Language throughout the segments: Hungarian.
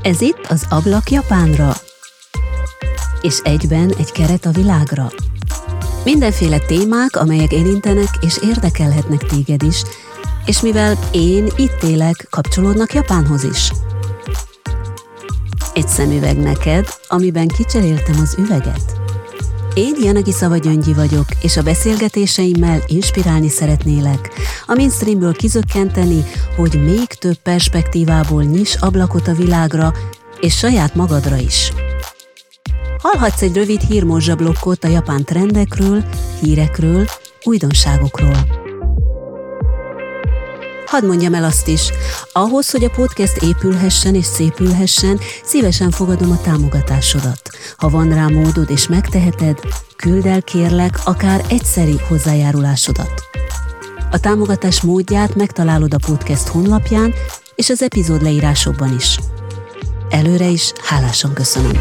Ez itt az Ablak Japánra, és egyben egy keret a világra. Mindenféle témák, amelyek érintenek és érdekelhetnek téged is, és mivel én itt élek, kapcsolódnak Japánhoz is. Egy szemüveg neked, amiben kicseréltem az üveget. Én Yanagisawa Gyöngyi vagyok, és a beszélgetéseimmel inspirálni szeretnélek, a mainstreamből kizökkenteni, hogy még több perspektívából nyiss ablakot a világra, és saját magadra is. Hallhatsz egy rövid hírmorzsablokkot a japán trendekről, hírekről, újdonságokról. Hadd mondjam el azt is, ahhoz, hogy a podcast épülhessen és szépülhessen, szívesen fogadom a támogatásodat. Ha van rá módod és megteheted, küldd el kérlek akár egyszeri hozzájárulásodat. A támogatás módját megtalálod a podcast honlapján és az epizód leírásokban is. Előre is hálásan köszönöm.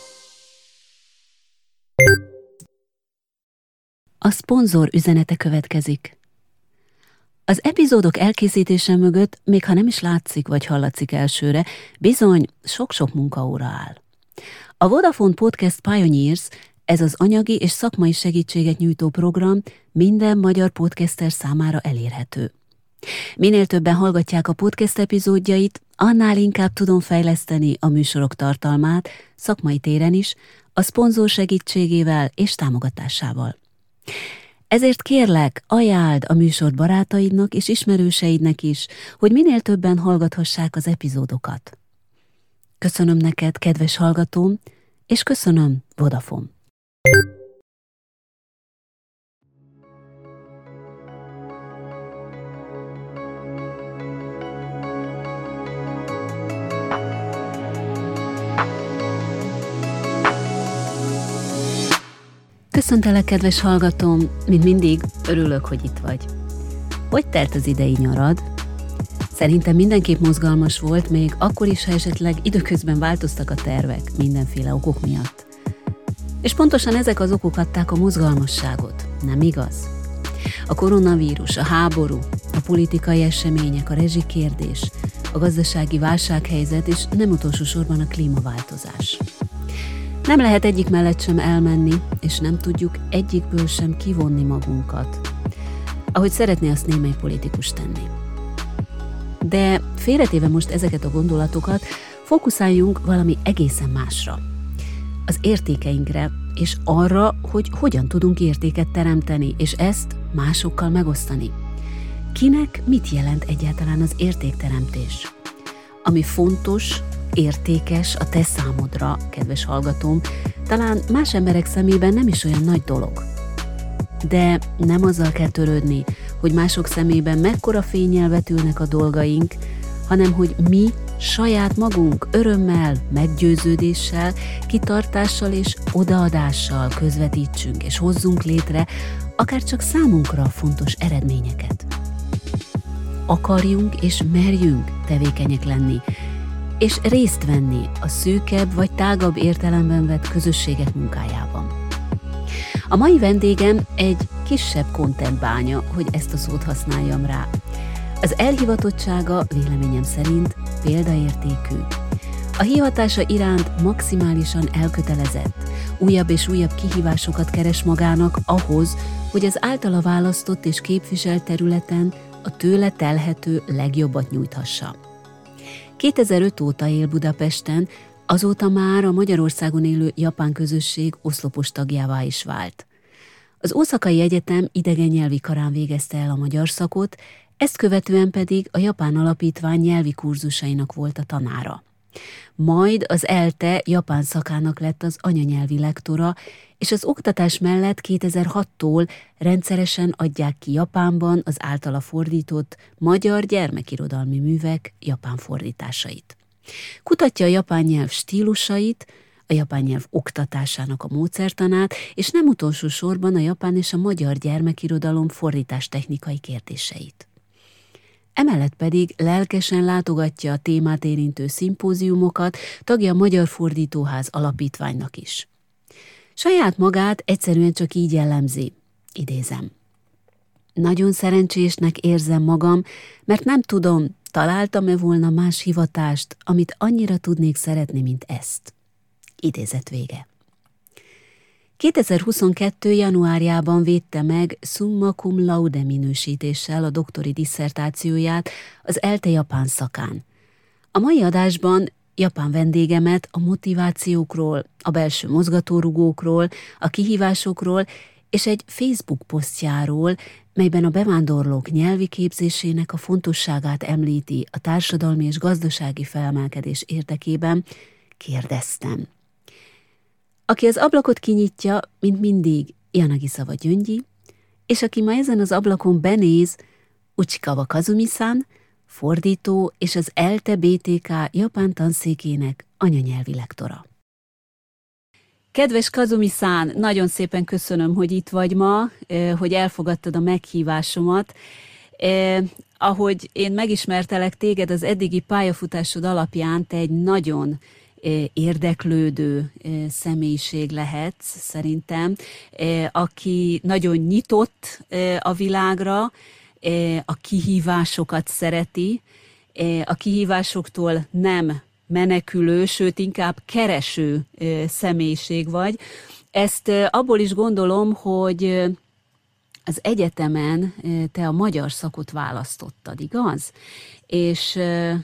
A szponzor üzenete következik. Az epizódok elkészítése mögött, még ha nem is látszik vagy hallatszik elsőre, bizony sok-sok munkaóra áll. A Vodafone Podcast Pioneers, ez az anyagi és szakmai segítséget nyújtó program minden magyar podcaster számára elérhető. Minél többen hallgatják a podcast epizódjait, annál inkább tudom fejleszteni a műsorok tartalmát, szakmai téren is, a szponzor segítségével és támogatásával. Ezért kérlek, ajánld a műsort barátaidnak és ismerőseidnek is, hogy minél többen hallgathassák az epizódokat. Köszönöm neked, kedves hallgatóm, és köszönöm, Vodafone. Köszöntelek, kedves hallgatóm, mint mindig, örülök, hogy itt vagy. Hogy telt az idei nyarad? Szerintem mindenképp mozgalmas volt, még akkor is, ha esetleg időközben változtak a tervek mindenféle okok miatt. És pontosan ezek az okok adták a mozgalmasságot, nem igaz? A koronavírus, a háború, a politikai események, a rezsikérdés, a gazdasági válsághelyzet és nem utolsó sorban a klímaváltozás. Nem lehet egyik mellett sem elmenni, és nem tudjuk egyikből sem kivonni magunkat, ahogy szeretné azt némely politikus tenni. De félretéve most ezeket a gondolatokat, fókuszáljunk valami egészen másra. Az értékeinkre, és arra, hogy hogyan tudunk értéket teremteni, és ezt másokkal megosztani. Kinek mit jelent egyáltalán az értékteremtés? Ami fontos, értékes a te számodra, kedves hallgatóm, talán más emberek szemében nem is olyan nagy dolog. De nem azzal kell törődni, hogy mások szemében mekkora fénnyel vetülnek a dolgaink, hanem hogy mi saját magunk örömmel, meggyőződéssel, kitartással és odaadással közvetítsünk és hozzunk létre akár csak számunkra fontos eredményeket. Akarjunk és merjünk tevékenyek lenni, és részt venni a szűkebb vagy tágabb értelemben vett közösségek munkájában. A mai vendégem egy kisebb contentbánya, hogy ezt a szót használjam rá. Az elhivatottsága véleményem szerint példaértékű. A hivatása iránt maximálisan elkötelezett, újabb és újabb kihívásokat keres magának ahhoz, hogy az általa választott és képviselt területen a tőle telhető legjobbat nyújthassa. 2005 óta él Budapesten, azóta már a Magyarországon élő japán közösség oszlopos tagjává is vált. Az Oszakai Egyetem idegen nyelvi karán végezte el a magyar szakot, ezt követően pedig a Japán Alapítvány nyelvi kurzusainak volt a tanára. Majd az ELTE japán szakának lett az anyanyelvi lektora, és az oktatás mellett 2006-tól rendszeresen adják ki Japánban az általa fordított magyar gyermekirodalmi művek japán fordításait. Kutatja a japán nyelv stílusait, a japán nyelv oktatásának a módszertanát, és nem utolsó sorban a japán és a magyar gyermekirodalom fordítás technikai kérdéseit. Emellett pedig lelkesen látogatja a témát érintő szimpóziumokat, tagja a Magyar Fordítóház Alapítványnak is. Saját magát egyszerűen csak így jellemzi, idézem. Nagyon szerencsésnek érzem magam, mert nem tudom, találtam-e volna más hivatást, amit annyira tudnék szeretni, mint ezt. Idézet vége. 2022. januárjában védte meg summa cum laude minősítéssel a doktori disszertációját az ELTE japán szakán. A mai adásban japán vendégemet a motivációkról, a belső mozgatórugókról, a kihívásokról és egy Facebook posztjáról, melyben a bevándorlók nyelvi képzésének a fontosságát említi a társadalmi és gazdasági felemelkedés érdekében, kérdeztem. Aki az ablakot kinyitja, mint mindig, Yanagisawa Gyöngyi, és aki ma ezen az ablakon benéz, Uchikawa Kazumi-san, fordító és az ELTE BTK japán tanszékének anyanyelvi lektora. Kedves Kazumi-san, nagyon szépen köszönöm, hogy itt vagy ma, hogy elfogadtad a meghívásomat. Ahogy én megismertelek téged, az eddigi pályafutásod alapján te egy nagyon érdeklődő személyiség lehetsz, szerintem, aki nagyon nyitott a világra, a kihívásokat szereti, a kihívásoktól nem menekülő, sőt inkább kereső személyiség vagy. Ezt abból is gondolom, hogy az egyetemen te a magyar szakot választottad, igaz? És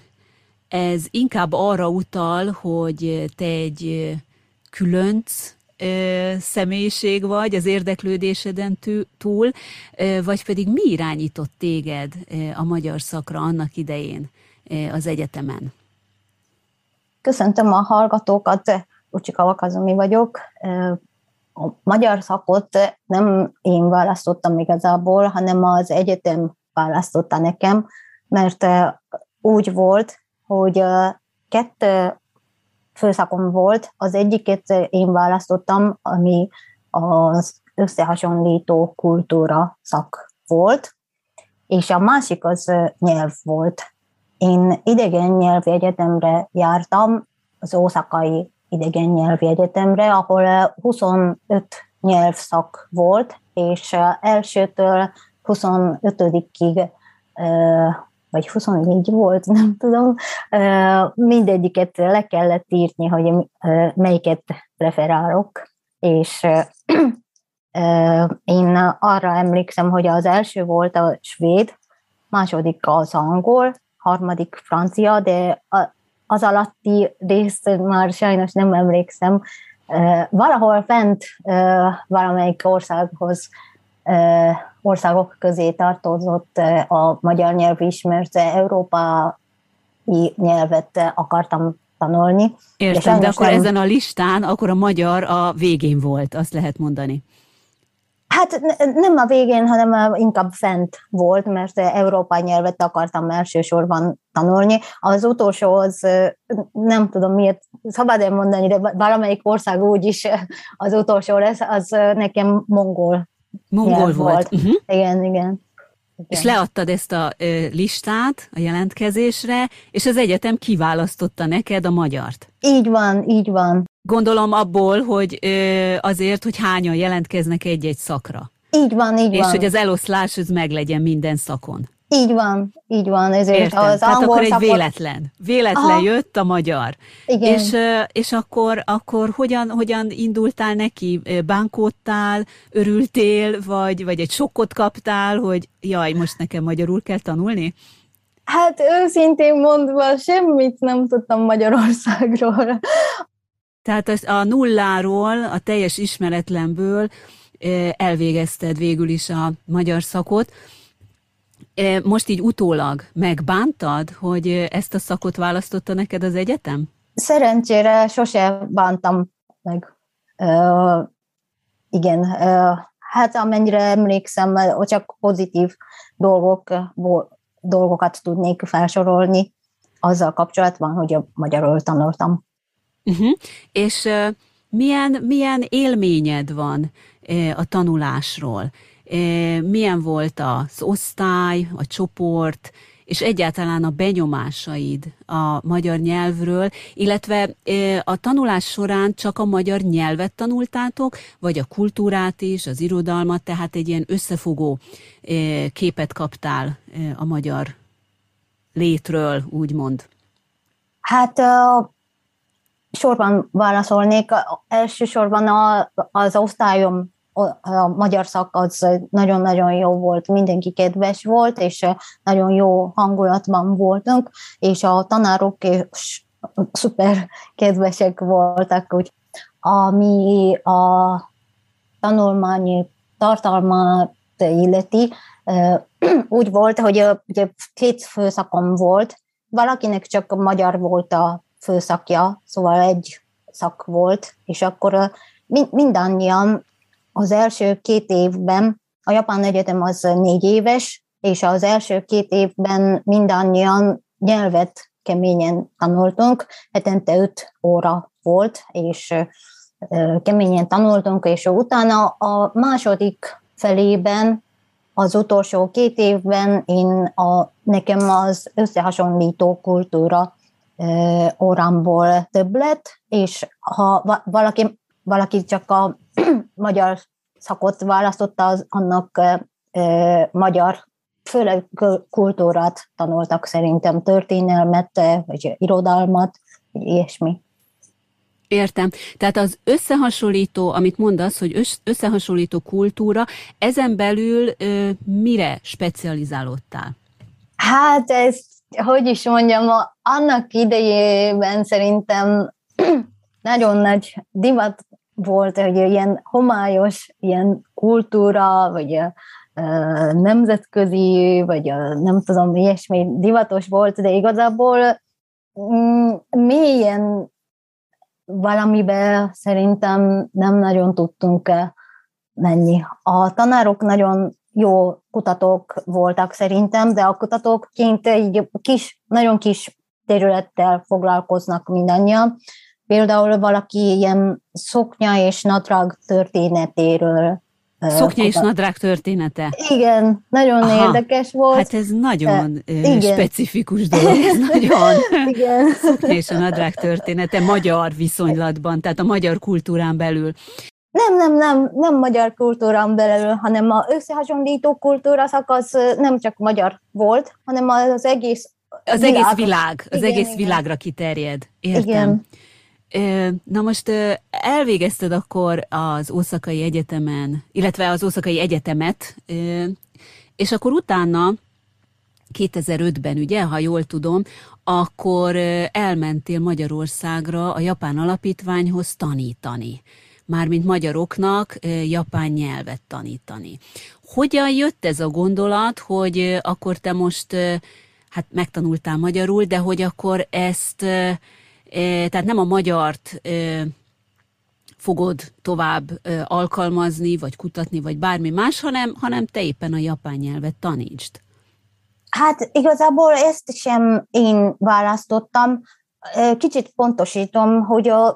ez inkább arra utal, hogy te egy különc személyiség vagy az érdeklődéseden túl, vagy pedig mi irányított téged a magyar szakra annak idején az egyetemen? Köszöntöm a hallgatókat, Uchikawa Kazumi vagyok. A magyar szakot nem én választottam igazából, hanem az egyetem választotta nekem, mert úgy volt, hogy 2 főszakom volt, az egyiket én választottam, ami az összehasonlító kultúra szak volt, és a másik az nyelv volt. Én idegen nyelvi egyetemre jártam, az Oszakai idegen nyelvi egyetemre, ahol 25 nyelvszak volt, és elsőtől 25-ig vagy 24 volt, nem tudom, mindegyiket le kellett írni, hogy melyiket preferálok, és én arra emlékszem, hogy az első volt a svéd, második az angol, harmadik francia, de az alatti részt már sajnos nem emlékszem. Valahol fent valamelyik országok közé tartozott a magyar nyelv is, mert európai nyelvet akartam tanulni. Értem, de akkor ezen a listán, akkor a magyar a végén volt, azt lehet mondani. Hát nem a végén, hanem inkább fent volt, mert európai nyelvet akartam elsősorban tanulni. Az utolsó az, nem tudom miért, szabad mondani, de valamelyik ország úgyis az utolsó lesz, az nekem mongol volt. Uh-huh. Igen. És leadtad ezt a listát a jelentkezésre, és az egyetem kiválasztotta neked a magyart. Így van. Gondolom abból, hogy azért, hogy hányan jelentkeznek egy-egy szakra. Így van. És hogy az eloszlás az meglegyen minden szakon. Így van. Ezért értem. Az tehát angol akkor egy szakot... véletlen jött a magyar. Igen. És akkor hogyan indultál neki? Bánkódtál, örültél, vagy egy sokkot kaptál, hogy jaj, most nekem magyarul kell tanulni? Hát őszintén mondva semmit nem tudtam Magyarországról. Tehát a nulláról, a teljes ismeretlenből elvégezted végül is a magyar szakot. Most így utólag megbántad, hogy ezt a szakot választotta neked az egyetem? Szerencsére sose bántam meg. Igen, hát amennyire emlékszem, csak pozitív dolgokat tudnék felsorolni azzal kapcsolatban, hogy a magyarul tanultam. Uh-huh. És milyen élményed van a tanulásról? Milyen volt az osztály, a csoport, és egyáltalán a benyomásaid a magyar nyelvről, illetve a tanulás során csak a magyar nyelvet tanultátok, vagy a kultúrát is, az irodalmat, tehát egy ilyen összefogó képet kaptál a magyar létről, úgymond? Hát sorban válaszolnék. Elsősorban az osztályom, a magyar szak az nagyon-nagyon jó volt, mindenki kedves volt, és nagyon jó hangulatban voltunk, és a tanárok is szuper kedvesek voltak, úgy, ami a tanulmányi tartalmat illeti, úgy volt, hogy ugye 2 főszakom volt, valakinek csak magyar volt a főszakja, szóval egy szak volt, és akkor mindannyian az első 2 évben, a japán egyetem az 4 éves, és az első 2 évben mindannyian nyelvet keményen tanultunk, hetente 5 óra volt, és keményen tanultunk, és utána a második felében, az utolsó 2 évben nekem az összehasonlító kultúra órámból több lett, és ha valaki csak a magyar szakot választotta, annak magyar, főleg kultúrát tanultak szerintem, történelmet, vagy irodalmat, vagy ilyesmi. Értem. Tehát az összehasonlító, amit mondasz, hogy összehasonlító kultúra, ezen belül mire specializálódtál? Hát ez, hogy is mondjam, annak idejében szerintem nagyon nagy divat volt, hogy ilyen homályos ilyen kultúra, vagy nemzetközi, vagy nem tudom, ilyesmi divatos volt, de igazából mélyen valamiben szerintem nem nagyon tudtunk menni. A tanárok nagyon jó kutatók voltak szerintem, de a kutatókként egy nagyon kis területtel foglalkoznak mindannyian. Például valaki ilyen szoknya és nadrág történetéről. Szoknya és nadrág története? Igen, nagyon érdekes volt. Hát ez nagyon specifikus dolog, ez nagyon. Igen. Szoknya és a nadrág története magyar viszonylatban, tehát a magyar kultúrán belül. Nem magyar kultúrán belül, hanem az összehasonlító kultúra szakasz nem csak magyar volt, hanem az egész világ. Az egész világra kiterjed. Értem. Igen. Na most elvégezted akkor az Oszakai Egyetemen, illetve az Oszakai Egyetemet, és akkor utána 2005-ben, ugye, ha jól tudom, akkor elmentél Magyarországra a Japán Alapítványhoz tanítani. Mármint magyaroknak japán nyelvet tanítani. Hogyan jött ez a gondolat, hogy akkor te most hát megtanultál magyarul, de hogy akkor ezt, tehát nem a magyart fogod tovább alkalmazni, vagy kutatni, vagy bármi más, hanem te éppen a japán nyelvet tanítsd. Hát igazából ezt sem én választottam. Kicsit pontosítom, hogy a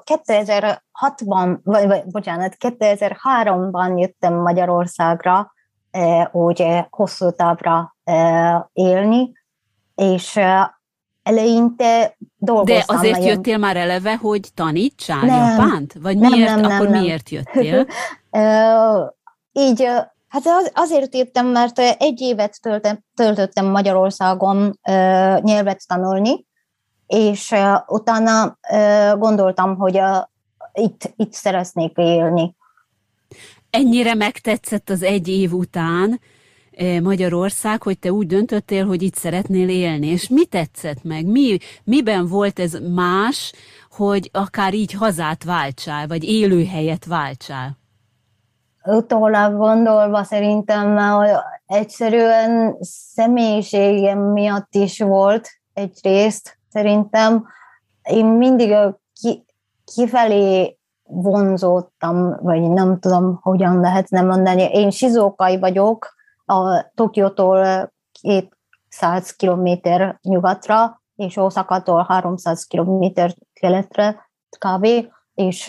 2003-ban jöttem Magyarországra, úgy hosszú távra élni, és eleinte dolgoztam. De azért jöttél már eleve, hogy tanítsál japánt? Vagy miért? Akkor miért jöttél? Így, hát azért jöttem, mert 1 évet töltöttem Magyarországon nyelvet tanulni, és utána gondoltam, hogy itt szeretnék élni. Ennyire megtetszett az 1 év után Magyarország, hogy te úgy döntöttél, hogy itt szeretnél élni. És mi tetszett meg? Miben volt ez más, hogy akár így hazát váltsál, vagy élőhelyet váltsál? Utólag gondolva szerintem egyszerűen személyiségem miatt is volt egyrészt, szerintem. Én mindig kifelé vonzódtam, vagy nem tudom, hogyan lehetne mondani. Én Shizuokai vagyok, a Tokiótól 200 kilométer nyugatra, és Oszakától 300 kilométer keletre kb. És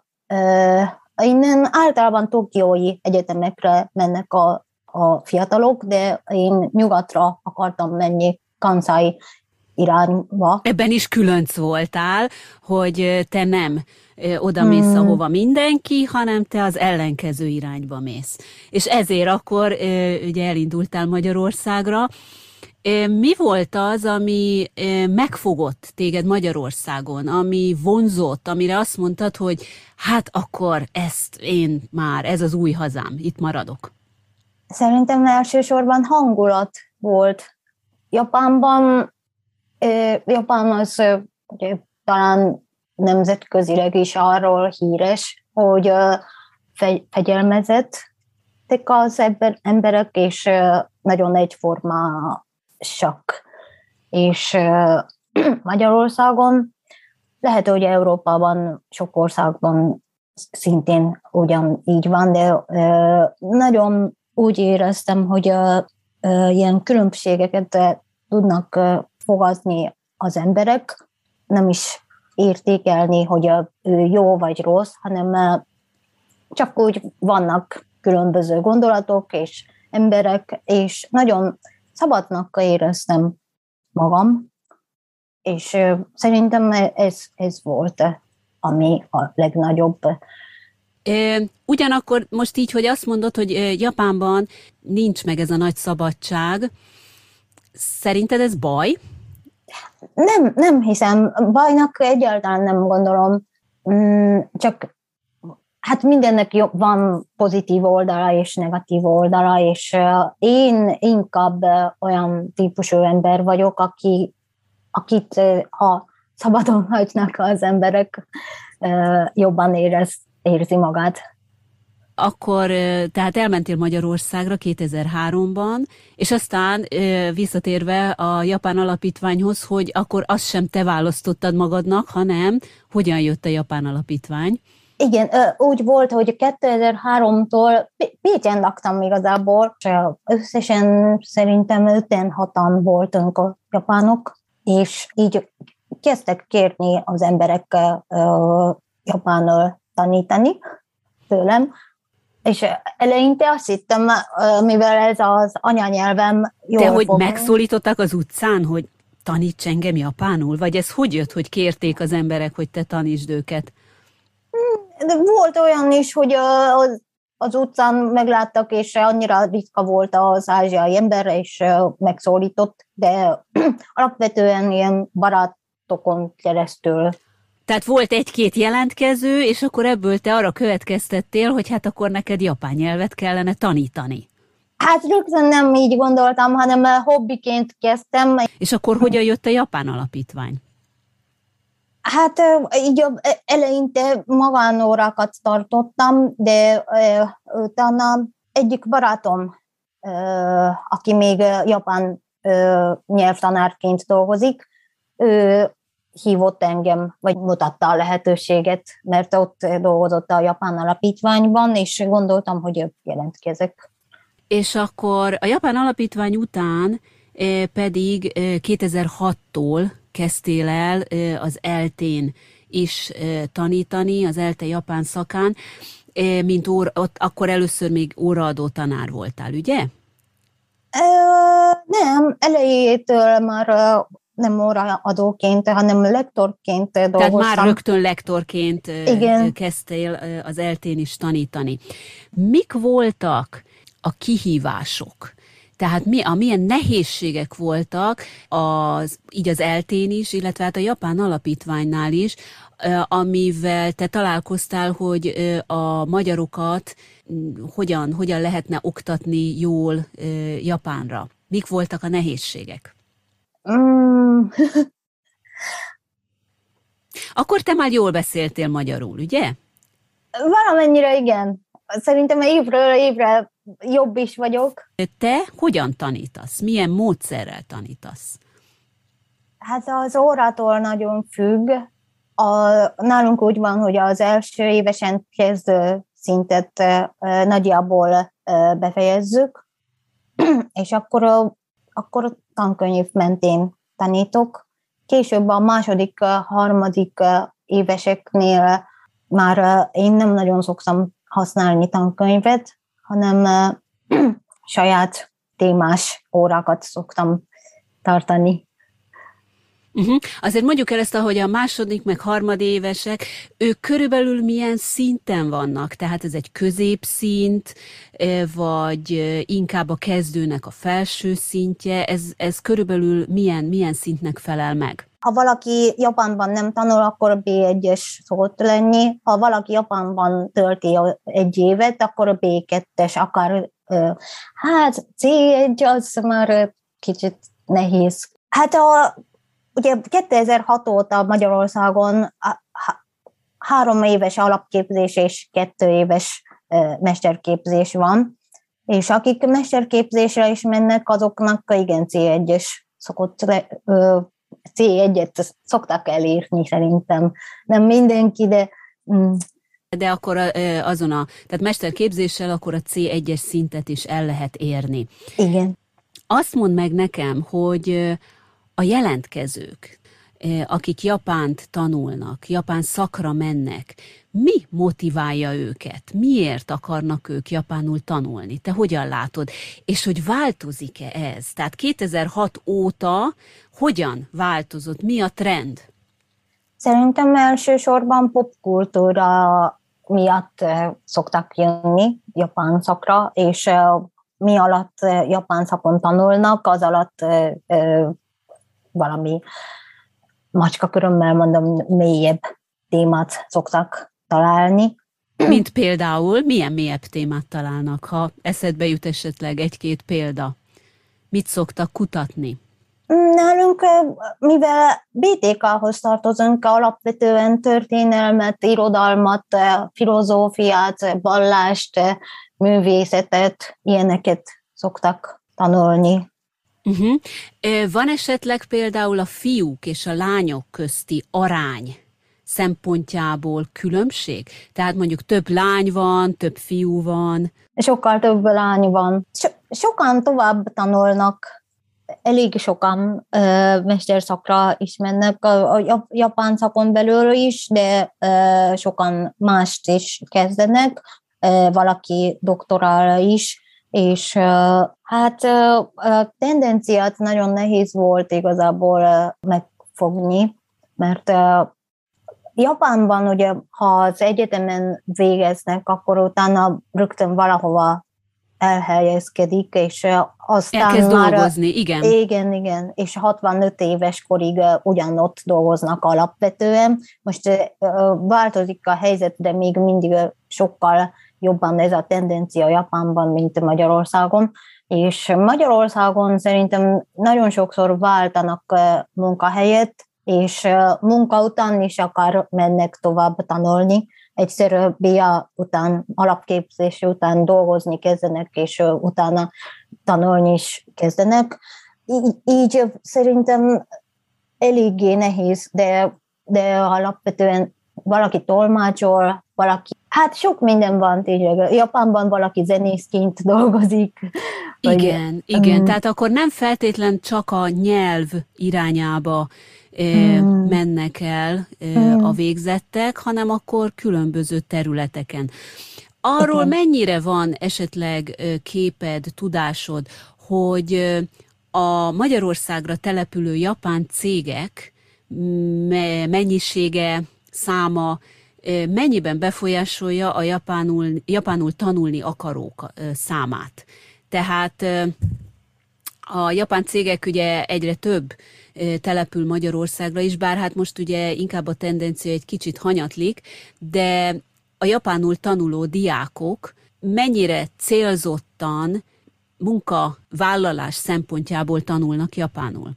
innen általában tokiói egyetemekre mennek a fiatalok, de én nyugatra akartam menni, Kansai irányba. Ebben is különc voltál, hogy te nem odamész, ahova mindenki, hanem te az ellenkező irányba mész. És ezért akkor ugye elindultál Magyarországra. Mi volt az, ami megfogott téged Magyarországon, ami vonzott, amire azt mondtad, hogy hát akkor ez az új hazám, itt maradok? Szerintem elsősorban hangulat volt. Japán az ugye, talán nemzetközileg is arról híres, hogy fegyelmezettek az emberek, és nagyon egyformásak. És Magyarországon, lehet, hogy Európában, sok országban szintén ugyanígy van, de nagyon úgy éreztem, hogy ilyen különbségeket tudnak fogadni az emberek, nem is értékelni, hogy ő jó vagy rossz, hanem csak úgy vannak különböző gondolatok és emberek, és nagyon szabadnak éreztem magam, és szerintem ez volt, ami a legnagyobb. Ugyanakkor most így, hogy azt mondod, hogy Japánban nincs meg ez a nagy szabadság, szerinted ez baj? Nem hiszem, bajnak egyáltalán nem gondolom, csak hát mindennek van pozitív oldala és negatív oldala, és én inkább olyan típusú ember vagyok, akit ha szabadon hagynak az emberek, jobban érzi magát. Akkor tehát elmentél Magyarországra 2003-ban, és aztán visszatérve a Japán Alapítványhoz, hogy akkor azt sem te választottad magadnak, hanem hogyan jött a Japán Alapítvány? Igen, úgy volt, hogy 2003-tól Pécsen laktam igazából, és összesen szerintem 5-6-an voltunk a japánok, és így kezdtek kérni az emberek japánul tanítani tőlem, és eleinte azt hittem, mivel ez az anyanyelvem jól de hogy fogom. Megszólítottak az utcán, hogy taníts engem japánul? Vagy ez hogy jött, hogy kérték az emberek, hogy te tanítsd őket? De volt olyan is, hogy az utcán megláttak, és annyira ritka volt az ázsiai ember, és megszólított, de alapvetően ilyen barátokon keresztül. Tehát volt egy-két jelentkező, és akkor ebből te arra következtettél, hogy hát akkor neked japán nyelvet kellene tanítani. Hát rögtön nem így gondoltam, hanem hobbiként kezdtem. És akkor hogyan jött a Japán Alapítvány? Hát így eleinte magánórákat tartottam, de utána egyik barátom, aki még japán nyelvtanárként dolgozik, ő hívott engem, vagy mutatta a lehetőséget, mert ott dolgozott a Japán Alapítványban, és gondoltam, hogy jelentkezek. És akkor a Japán Alapítvány után pedig 2006-tól kezdtél el az ELTE-n is tanítani, az ELTE japán szakán, mint ott akkor először még óraadó tanár voltál, ugye? Nem, elejétől már nem óraadóként, hanem lektorként dolgoztam. Tehát már rögtön lektorként Igen. Kezdtél az ELTE-n is tanítani. Mik voltak a kihívások? Tehát milyen nehézségek voltak így az ELTE-n is, illetve hát a Japán Alapítványnál is, amivel te találkoztál, hogy a magyarokat hogyan lehetne oktatni jól Japánra? Mik voltak a nehézségek? Akkor te már jól beszéltél magyarul, ugye? Valamennyire igen. Szerintem évről évre jobb is vagyok. Te hogyan tanítasz? Milyen módszerrel tanítasz? Hát az órától nagyon függ. Nálunk úgy van, hogy az első évesen kezdő szintet nagyjából befejezzük, és akkor tankönyv mentén tanítok. Később a második, harmadik éveseknél már én nem nagyon szoktam használni tankönyvet, hanem saját témás órákat szoktam tartani. Azért mondjuk el ezt, ahogy a második, meg harmadévesek, ők körülbelül milyen szinten vannak? Tehát ez egy középszint, vagy inkább a kezdőnek a felső szintje? Ez körülbelül milyen szintnek felel meg? Ha valaki Japánban nem tanul, akkor B1-es szokott lenni. Ha valaki Japánban tölti egy évet, akkor a B2-es, akár hát C1 az már kicsit nehéz. Hát ugye 2006 óta Magyarországon 3 éves alapképzés és 2 éves mesterképzés van, és akik mesterképzésre is mennek, azoknak igen C1-et szoktak elérni szerintem. Nem mindenki, de... De akkor tehát mesterképzéssel akkor a C1-es szintet is el lehet érni. Igen. Azt mondd meg nekem, hogy a jelentkezők, akik japánt tanulnak, japán szakra mennek, mi motiválja őket? Miért akarnak ők japánul tanulni? Te hogyan látod? És hogy változik-e ez? Tehát 2006 óta hogyan változott? Mi a trend? Szerintem elsősorban popkultúra miatt szoktak jönni japán szakra, és mi alatt japán szakon tanulnak, az alatt valami macskakörömmel mondom, mélyebb témát szoktak találni. Mint például, milyen mélyebb témát találnak, ha eszedbe jut esetleg egy-két példa? Mit szoktak kutatni? Nálunk, mivel BTK-hoz tartozunk, alapvetően történelmet, irodalmat, filozófiát, vallást, művészetet, ilyeneket szoktak tanulni. Van esetleg például a fiúk és a lányok közti arány szempontjából különbség? Tehát mondjuk több lány van, több fiú van? Sokkal több lány van. Sokan tovább tanulnak, elég sokan mesterszakra is mennek, a japán szakon belül is, de sokan mást is kezdenek, valaki doktorálra is, és hát a tendenciát nagyon nehéz volt igazából megfogni, mert Japánban ugye, ha az egyetemen végeznek, akkor utána rögtön valahova elhelyezkedik, és aztán elkezd dolgozni, igen. Igen, és 65 éves korig ugyanott dolgoznak alapvetően. Most változik a helyzet, de még mindig sokkal jobban ez a tendencia Japánban, mint Magyarországon, és Magyarországon szerintem nagyon sokszor váltanak munkahelyet, és munka után is akár mennek tovább tanulni. Egyszer BA után, alapképzés után dolgozni kezdenek, és utána tanulni is kezdenek. Így szerintem eléggé nehéz, de alapvetően valaki tolmácsol, valaki, hát sok minden van tényleg. Japánban valaki zenészként dolgozik. Igen, tehát akkor nem feltétlen csak a nyelv irányába mennek el a végzettek, hanem akkor különböző területeken. Arról igen. Mennyire van esetleg képed, tudásod, hogy a Magyarországra települő japán cégek mennyisége, száma mennyiben befolyásolja a japánul tanulni akarók számát? Tehát a japán cégek ugye egyre több települ Magyarországra is, bár hát most ugye inkább a tendencia egy kicsit hanyatlik, de a japánul tanuló diákok mennyire célzottan munkavállalás szempontjából tanulnak japánul?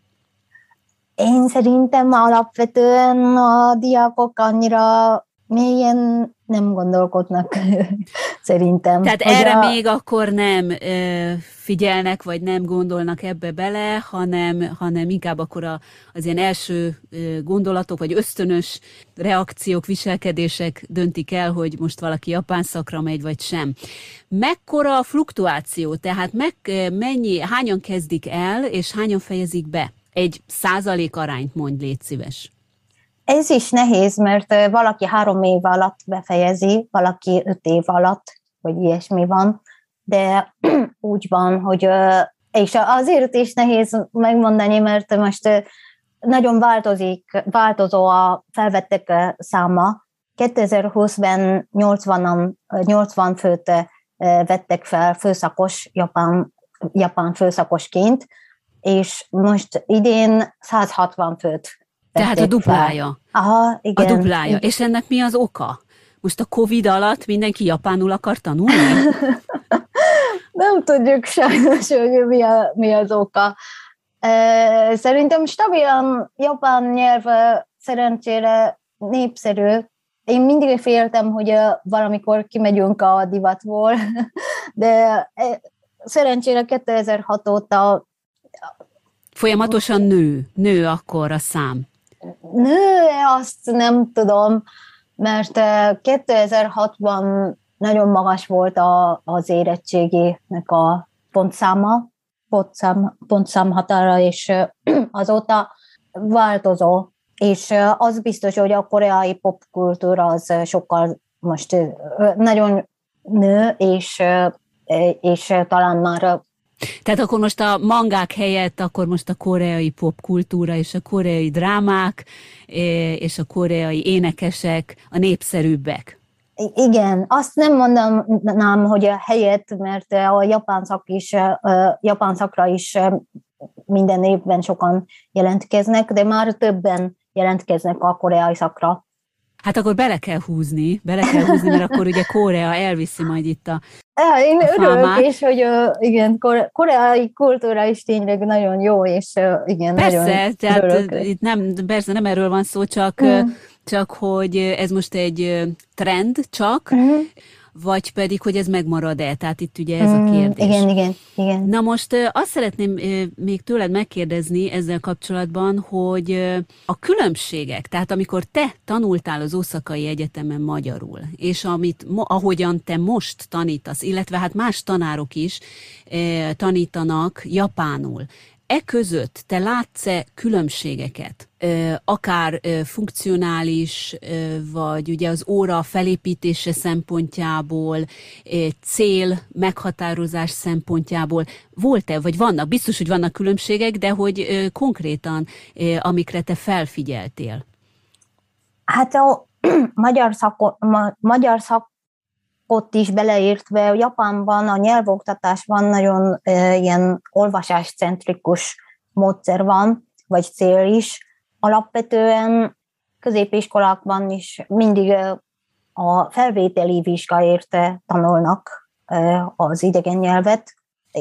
Én szerintem alapvetően a diákok annyira mélyen nem gondolkodnak, szerintem. Tehát erre még akkor nem figyelnek, vagy nem gondolnak ebbe bele, hanem inkább akkor az ilyen első gondolatok, vagy ösztönös reakciók, viselkedések döntik el, hogy most valaki japán szakra megy, vagy sem. Mekkora a fluktuáció? Tehát hányan kezdik el, és hányan fejezik be? Egy 100% arányt mondj, légy szíves. Ez is nehéz, mert valaki 3 év alatt befejezi, valaki 5 év alatt, vagy ilyesmi van, de úgy van, hogy És azért is nehéz megmondani, mert most nagyon változó a felvettek száma. 2020-ben 80 főt vettek fel főszakos, japán főszakosként, és most idén 160 főt vették. Tehát a duplája. Aha, igen. A duplája. Igen. És ennek mi az oka? Most a Covid alatt mindenki japánul akar tanulni? Nem tudjuk sajnos, hogy mi az oka. Szerintem stabilan japán nyelv szerencsére népszerű. Én mindig féltem, hogy valamikor kimegyünk a divatból, de szerencsére 2006 óta folyamatosan nő akkor a szám. Nő, azt nem tudom, mert 2006-ban nagyon magas volt az érettségének a pontszám határa, és azóta változó. És az biztos, hogy a koreai popkultúra az sokkal most nagyon nő, és talán már... Tehát akkor most a mangák helyett, akkor most a koreai popkultúra és a koreai drámák és a koreai énekesek a népszerűbbek. Igen, azt nem mondanám, hogy a helyett, mert a japán szakra is minden évben sokan jelentkeznek, de már többen jelentkeznek a koreai szakra. Hát akkor bele kell húzni, mert akkor ugye Korea elviszi majd itt a én örülök, és hogy igen, koreai kultúra is tényleg nagyon jó, és igen, persze, nagyon tehát örülök. itt nem erről van szó, csak hogy ez most egy trend csak, vagy pedig, hogy ez megmarad-e? Tehát itt ugye ez a kérdés. Igen. Na most azt szeretném még tőled megkérdezni ezzel kapcsolatban, hogy a különbségek, tehát amikor te tanultál az Oszakai Egyetemen magyarul, és ahogyan te most tanítasz, illetve hát más tanárok is tanítanak japánul, között te látsz-e különbségeket? Akár funkcionális, vagy ugye az óra felépítése szempontjából, cél meghatározás szempontjából volt-e, vagy vannak? Biztos, hogy vannak különbségek, de hogy konkrétan, amikre te felfigyeltél? Hát a magyar szakot is beleértve, Japánban a nyelvoktatásban nagyon ilyen olvasáscentrikus módszer van, vagy cél is. Alapvetően középiskolákban is mindig a felvételi vizsgáért tanulnak az idegen nyelvet,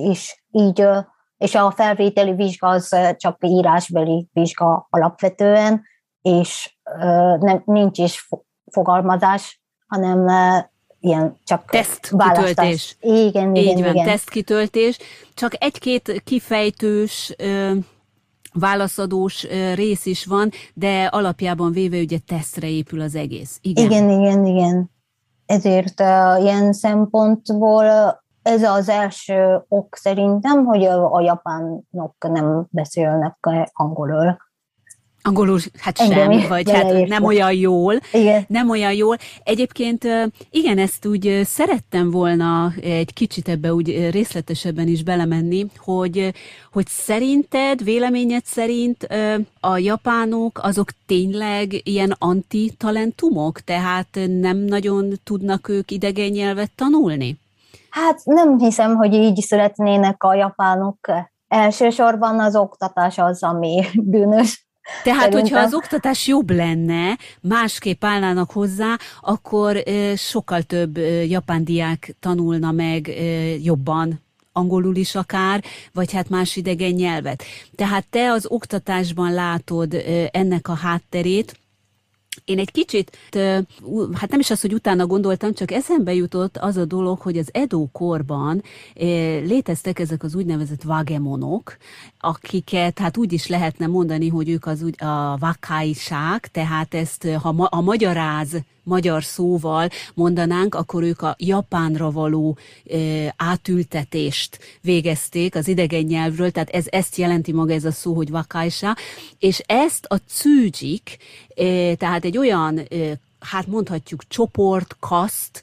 és a felvételi vizsga az csak írásbeli vizsga alapvetően, és nincs is fogalmazás, hanem ilyen csak tesztkitöltés. Igen. Tesztkitöltés. Csak egy-két kifejtős válaszadós rész is van, de alapjában véve ugye tesztre épül az egész. Igen. Ezért ilyen szempontból ez az első ok szerintem, hogy a japánok nem beszélnek angolul. Angolul hát sem, vagy hát nem olyan jól. Igen. Nem olyan jól. Egyébként igen, ezt úgy szerettem volna egy kicsit ebbe úgy részletesebben is belemenni, hogy szerinted, véleményed szerint a japánok azok tényleg ilyen antitalentumok, tehát nem nagyon tudnak ők idegen nyelvet tanulni? Hát nem hiszem, hogy így szeretnének a japánok. Elsősorban az oktatás az, ami bűnös. Tehát, szerintem, hogyha az oktatás jobb lenne, másképp állnának hozzá, akkor sokkal több japán diák tanulna meg jobban, angolul is akár, vagy hát más idegen nyelvet. Tehát te az oktatásban látod ennek a hátterét. Én egy kicsit, hát nem is az, hogy utána gondoltam, csak eszembe jutott az a dolog, hogy az Edo korban léteztek ezek az úgynevezett wagemonok, akiket hát úgy is lehetne mondani, hogy ők a wakaiság, tehát ezt ha a magyar szóval mondanánk, akkor ők a japánra való átültetést végezték az idegen nyelvről, tehát ezt jelenti maga ez a szó, hogy wakaiság, és ezt a tsujik, tehát egy olyan hát mondhatjuk csoport, kaszt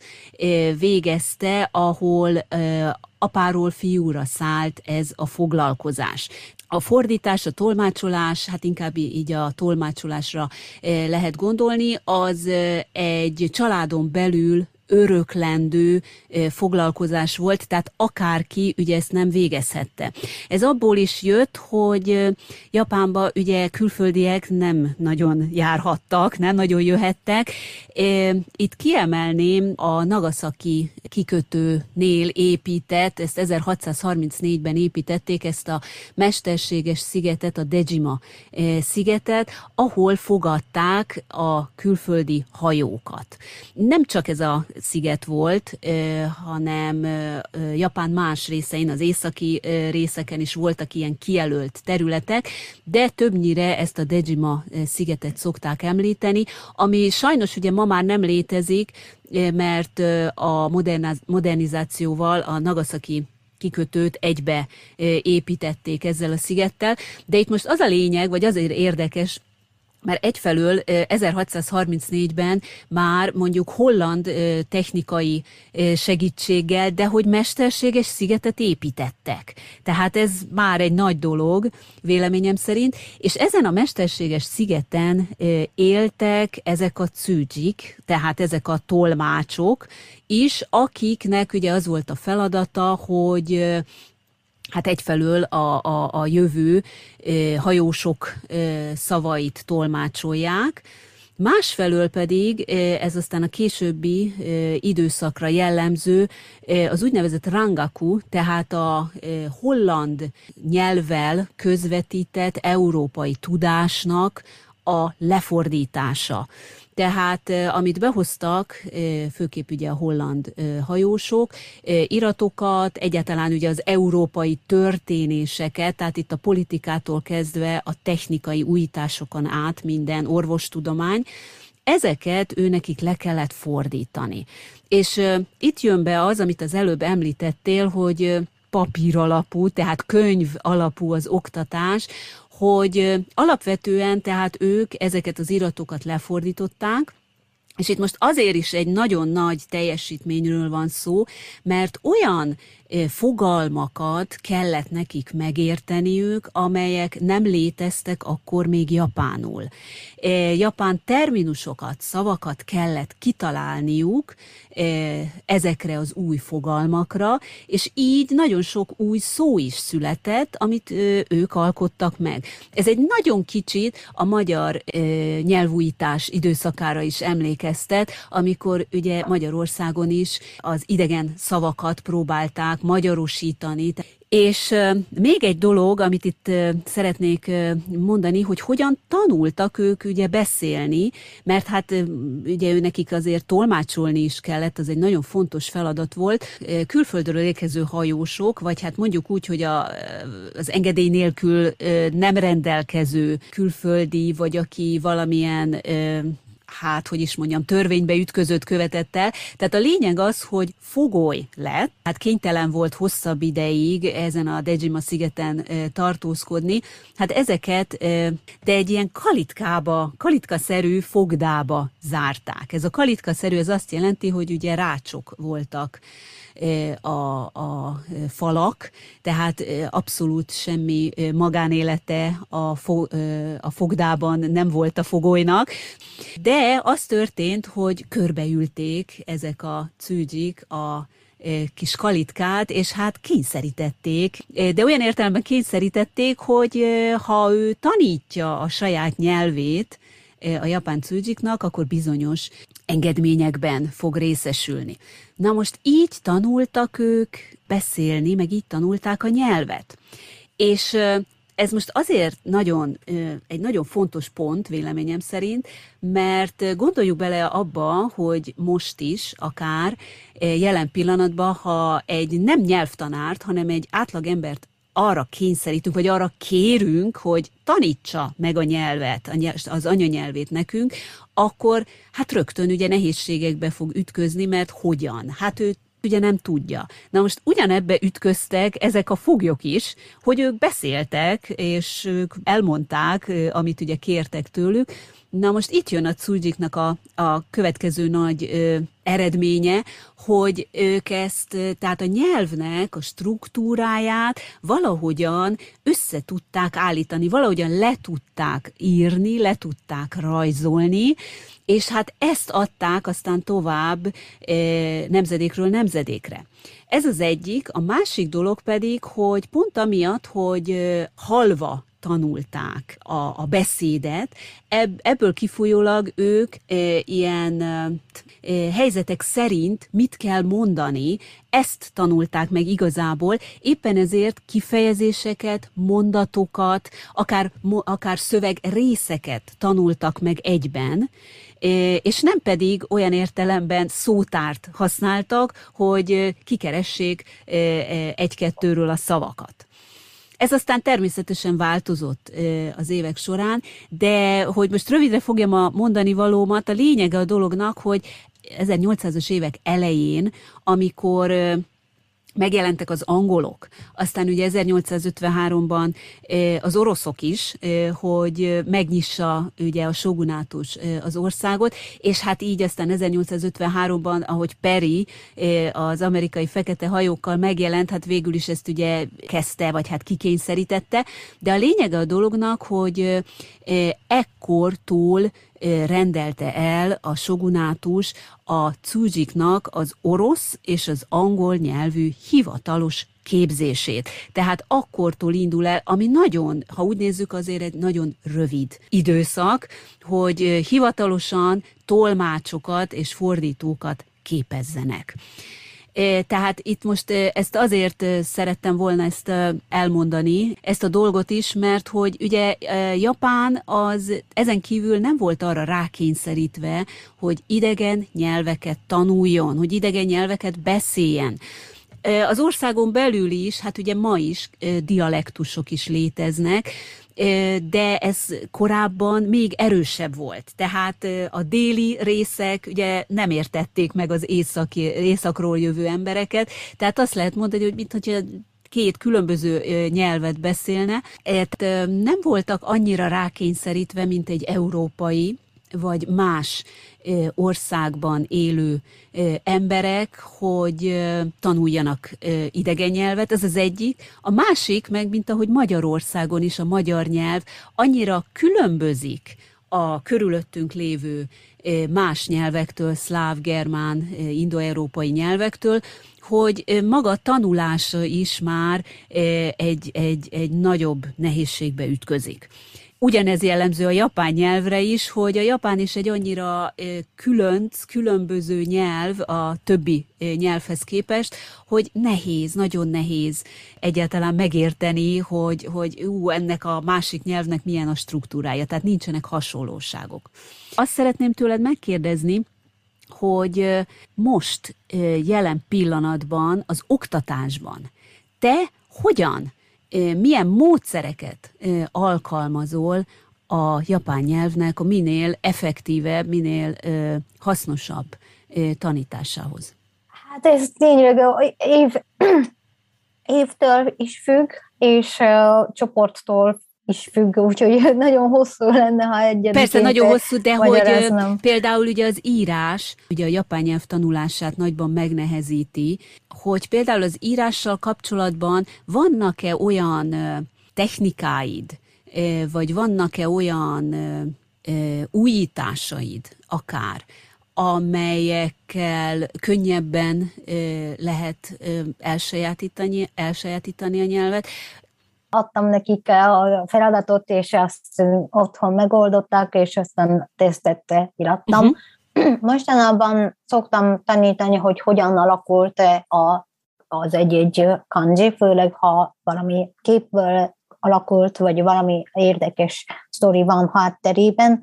végezte, ahol apáról fiúra szállt ez a foglalkozás. A fordítás, a tolmácsolás, hát inkább így a tolmácsolásra lehet gondolni, az egy családon belül öröklendő foglalkozás volt, tehát akárki ugye ezt nem végezhette. Ez abból is jött, hogy Japánba ugye külföldiek nem nagyon járhattak, nem nagyon jöhettek. Itt kiemelném a Nagasaki kikötőnél épített, ezt 1634-ben építették, ezt a mesterséges szigetet, a Dejima szigetet, ahol fogadták a külföldi hajókat. Nem csak ez a sziget volt, hanem Japán más részein, az északi részeken is voltak ilyen kijelölt területek, de többnyire ezt a Dejima szigetet szokták említeni, ami sajnos ugye ma már nem létezik, mert a modernizációval a Nagasaki kikötőt egybe építették ezzel a szigettel, de itt most az a lényeg, vagy azért érdekes, mert egyfelől 1634-ben már mondjuk holland technikai segítséggel, de hogy mesterséges szigetet építettek. Tehát ez már egy nagy dolog, véleményem szerint, és ezen a mesterséges szigeten éltek ezek a tsujik, tehát ezek a tolmácsok is, akiknek ugye az volt a feladata, hogy hát egyfelől a jövő hajósok szavait tolmácsolják, másfelől pedig, ez aztán a későbbi időszakra jellemző, az úgynevezett rangaku, tehát a holland nyelvvel közvetített európai tudásnak a lefordítása. Tehát amit behoztak, főképp ugye a holland hajósok, iratokat, egyáltalán ugye az európai történéseket, tehát itt a politikától kezdve a technikai újításokon át minden orvostudomány, ezeket őnekik le kellett fordítani. És itt jön be az, amit az előbb említettél, hogy papír alapú, tehát könyv alapú az oktatás, hogy alapvetően tehát ők ezeket az iratokat lefordították, és itt most azért is egy nagyon nagy teljesítményről van szó, mert olyan fogalmakat kellett nekik megérteniük, amelyek nem léteztek akkor még japánul. Japán terminusokat, szavakat kellett kitalálniuk ezekre az új fogalmakra, és így nagyon sok új szó is született, amit ők alkottak meg. Ez egy nagyon kicsit a magyar nyelvújítás időszakára is emlékeztet, amikor ugye Magyarországon is az idegen szavakat próbálták magyarosítani. És még egy dolog, amit itt szeretnék mondani, hogy hogyan tanultak ők ugye beszélni, mert hát ugye nekik azért tolmácsolni is kellett, az egy nagyon fontos feladat volt. Külföldről érkező hajósok, vagy hát mondjuk úgy, hogy az engedély nélkül nem rendelkező külföldi, vagy aki valamilyen hát, hogy is mondjam, törvénybe ütközött követett el. Tehát a lényeg az, hogy fogoly lett, hát kénytelen volt hosszabb ideig ezen a Dejima szigeten tartózkodni, hát ezeket de egy ilyen kalitkaszerű fogdába zárták. Ez a kalitkaszerű, ez azt jelenti, hogy ugye rácsok voltak a falak, tehát abszolút semmi magánélete a fogdában nem volt a fogolynak, de az történt, hogy körbeülték ezek a tsujik a kis kalitkát, és hát kényszerítették, de olyan értelemben kényszerítették, hogy ha ő tanítja a saját nyelvét a japán tsujiknak, akkor bizonyos engedményekben fog részesülni. Na most így tanultak ők beszélni, meg így tanulták a nyelvet. És ez most azért egy nagyon fontos pont, véleményem szerint, mert gondoljuk bele abba, hogy most is, akár jelen pillanatban, ha egy nem nyelvtanárt, hanem egy átlagembert arra kényszerítünk, vagy arra kérünk, hogy tanítsa meg a nyelvet, az anyanyelvét nekünk, akkor hát rögtön ugye nehézségekbe fog ütközni, mert hogyan? Hát ő ugye nem tudja. Na most ugyanebbe ütköztek ezek a foglyok is, hogy ők beszéltek, és ők elmondták, amit ugye kértek tőlük, Na most itt jön a Tzudzsiknak a következő nagy eredménye, hogy ők ezt, tehát a nyelvnek a struktúráját valahogyan össze tudták állítani, valahogyan le tudták írni, le tudták rajzolni, és hát ezt adták aztán tovább nemzedékről nemzedékre. Ez az egyik, a másik dolog pedig, hogy pont amiatt, hogy halva tanulták a beszédet, ebből kifolyólag ők ilyen helyzetek szerint mit kell mondani, ezt tanulták meg igazából, éppen ezért kifejezéseket, mondatokat, akár szövegrészeket tanultak meg egyben, és nem pedig olyan értelemben szótárt használtak, hogy kikeressék egy-kettőről a szavakat. Ez aztán természetesen változott az évek során, de hogy most rövidre fogjam a mondani valómat, a lényege a dolognak, hogy 1800-as évek elején, amikor megjelentek az angolok, aztán ugye 1853-ban az oroszok is, hogy megnyissa ugye a shogunátus az országot, és hát így aztán 1853-ban, ahogy Perry az amerikai fekete hajókkal megjelent, hát végül is ezt ugye kezdte, vagy hát kikényszerítette, de a lényege a dolognak, hogy ekkortól rendelte el a shogunátus a Tzudzsiknak az orosz és az angol nyelvű hivatalos képzését. Tehát akkortól indul el, ami nagyon, ha úgy nézzük, azért egy nagyon rövid időszak, hogy hivatalosan tolmácsokat és fordítókat képezzenek. Tehát itt most ezt azért szerettem volna ezt elmondani, ezt a dolgot is, mert hogy ugye Japán az ezen kívül nem volt arra rákényszerítve, hogy idegen nyelveket tanuljon, hogy idegen nyelveket beszéljen. Az országon belül is, hát ugye ma is dialektusok is léteznek, de ez korábban még erősebb volt. Tehát a déli részek ugye nem értették meg az északról jövő embereket, tehát azt lehet mondani, hogy mintha két különböző nyelvet beszélne, nem voltak annyira rákényszerítve, mint egy európai vagy más országban élő emberek, hogy tanuljanak idegen nyelvet, ez az egyik. A másik meg, mint ahogy Magyarországon is a magyar nyelv annyira különbözik a körülöttünk lévő más nyelvektől, szláv, germán, indoeurópai nyelvektől, hogy maga tanulása is már egy nagyobb nehézségbe ütközik. Ugyanez jellemző a japán nyelvre is, hogy a japán is egy annyira különböző nyelv a többi nyelvhez képest, hogy nehéz, nagyon nehéz egyáltalán megérteni, hogy ennek a másik nyelvnek milyen a struktúrája, tehát nincsenek hasonlóságok. Azt szeretném tőled megkérdezni, hogy most jelen pillanatban az oktatásban te hogyan, milyen módszereket alkalmazol a japán nyelvnek a minél effektívebb, minél hasznosabb tanításához? Hát ez tényleg évtől is függ, és csoporttól is függ, úgyhogy nagyon hosszú lenne, ha egyébként persze, nagyon hosszú, de hogy például ugye az írás, ugye a japán nyelv tanulását nagyban megnehezíti, hogy például az írással kapcsolatban vannak-e olyan technikáid, vagy vannak-e olyan újításaid akár, amelyekkel könnyebben lehet elsajátítani a nyelvet. Adtam nekik a feladatot, és azt otthon megoldották, és aztán tesztet irattam. Mostanában szoktam tanítani, hogy hogyan alakult az egy kanji, főleg ha valami képből alakult, vagy valami érdekes sztori van hátterében.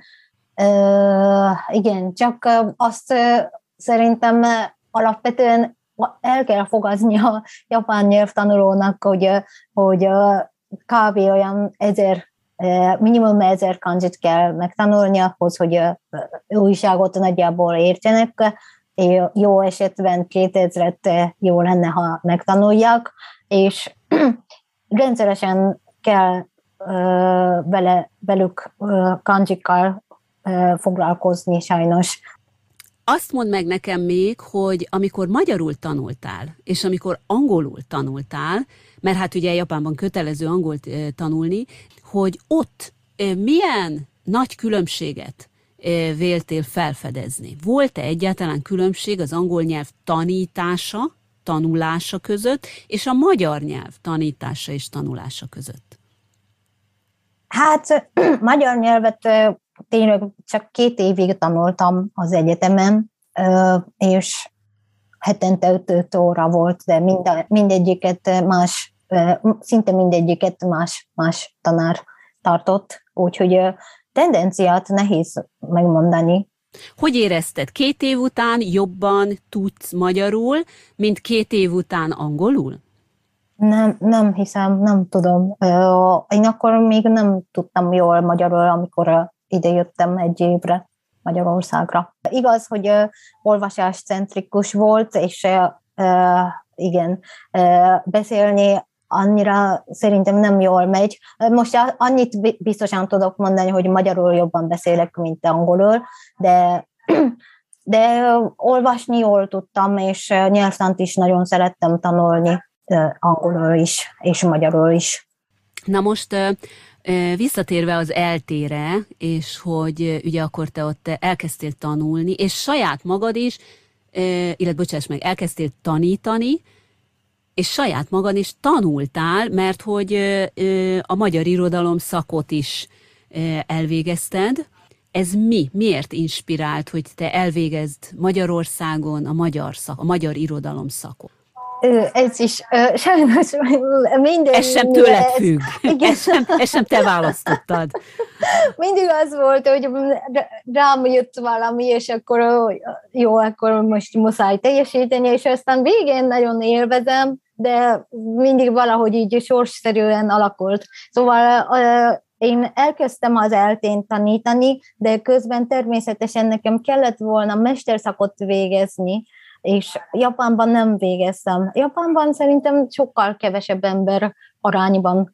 Igen, csak azt szerintem alapvetően el kell fogadni a japán nyelvtanulónak, hogy kb. Olyan minimum 1000 kanjit kell megtanulni ahhoz, hogy újságot nagyjából értsenek. Jó esetben 2000-et jó lenne, ha megtanulják, és rendszeresen kell velük kanjikkal foglalkozni sajnos. Azt mondd meg nekem még, hogy amikor magyarul tanultál, és amikor angolul tanultál, mert hát ugye Japánban kötelező angolt tanulni, hogy ott milyen nagy különbséget véltél felfedezni? Volt-e egyáltalán különbség az angol nyelv tanulása között, és a magyar nyelv tanítása és tanulása között? Hát magyar nyelvet tényleg csak 2 évig tanultam az egyetemen, és hetente 5 óra volt, de mindegyiket más, szinte mindegyiket más tanár tartott, úgyhogy tendenciát nehéz megmondani. Hogy érezted? 2 év után jobban tudsz magyarul, mint 2 év után angolul? Nem hiszem, nem tudom. Én akkor még nem tudtam jól magyarul, amikor idejöttem 1 évre Magyarországra. Igaz, hogy olvasáscentrikus volt, és igen, beszélni annyira szerintem nem jól megy. Most annyit biztosan tudok mondani, hogy magyarul jobban beszélek, mint angolul, de olvasni jól tudtam, és nyelvtant is nagyon szerettem tanulni, angolul is, és magyarul is. Na most visszatérve az eltére, és hogy ugye akkor te ott elkezdtél tanulni, és saját magad is, illetve bocsáss meg, elkezdtél tanítani, és saját magad is tanultál, mert hogy a magyar irodalom szakot is elvégezted. Ez miért inspirált, hogy te elvégezd Magyarországon a magyar irodalom szakot? Ez is sajnos minden... Ez sem tőled függ. Ez sem te választottad. Mindig az volt, hogy rám jött valami, és akkor jó, akkor most muszáj teljesíteni, és aztán végén nagyon élvezem, de mindig valahogy így sorsszerűen alakult. Szóval én elkezdtem az eltén tanítani, de közben természetesen nekem kellett volna mesterszakot végezni, és Japánban nem végeztem. Japánban szerintem sokkal kevesebb ember arányban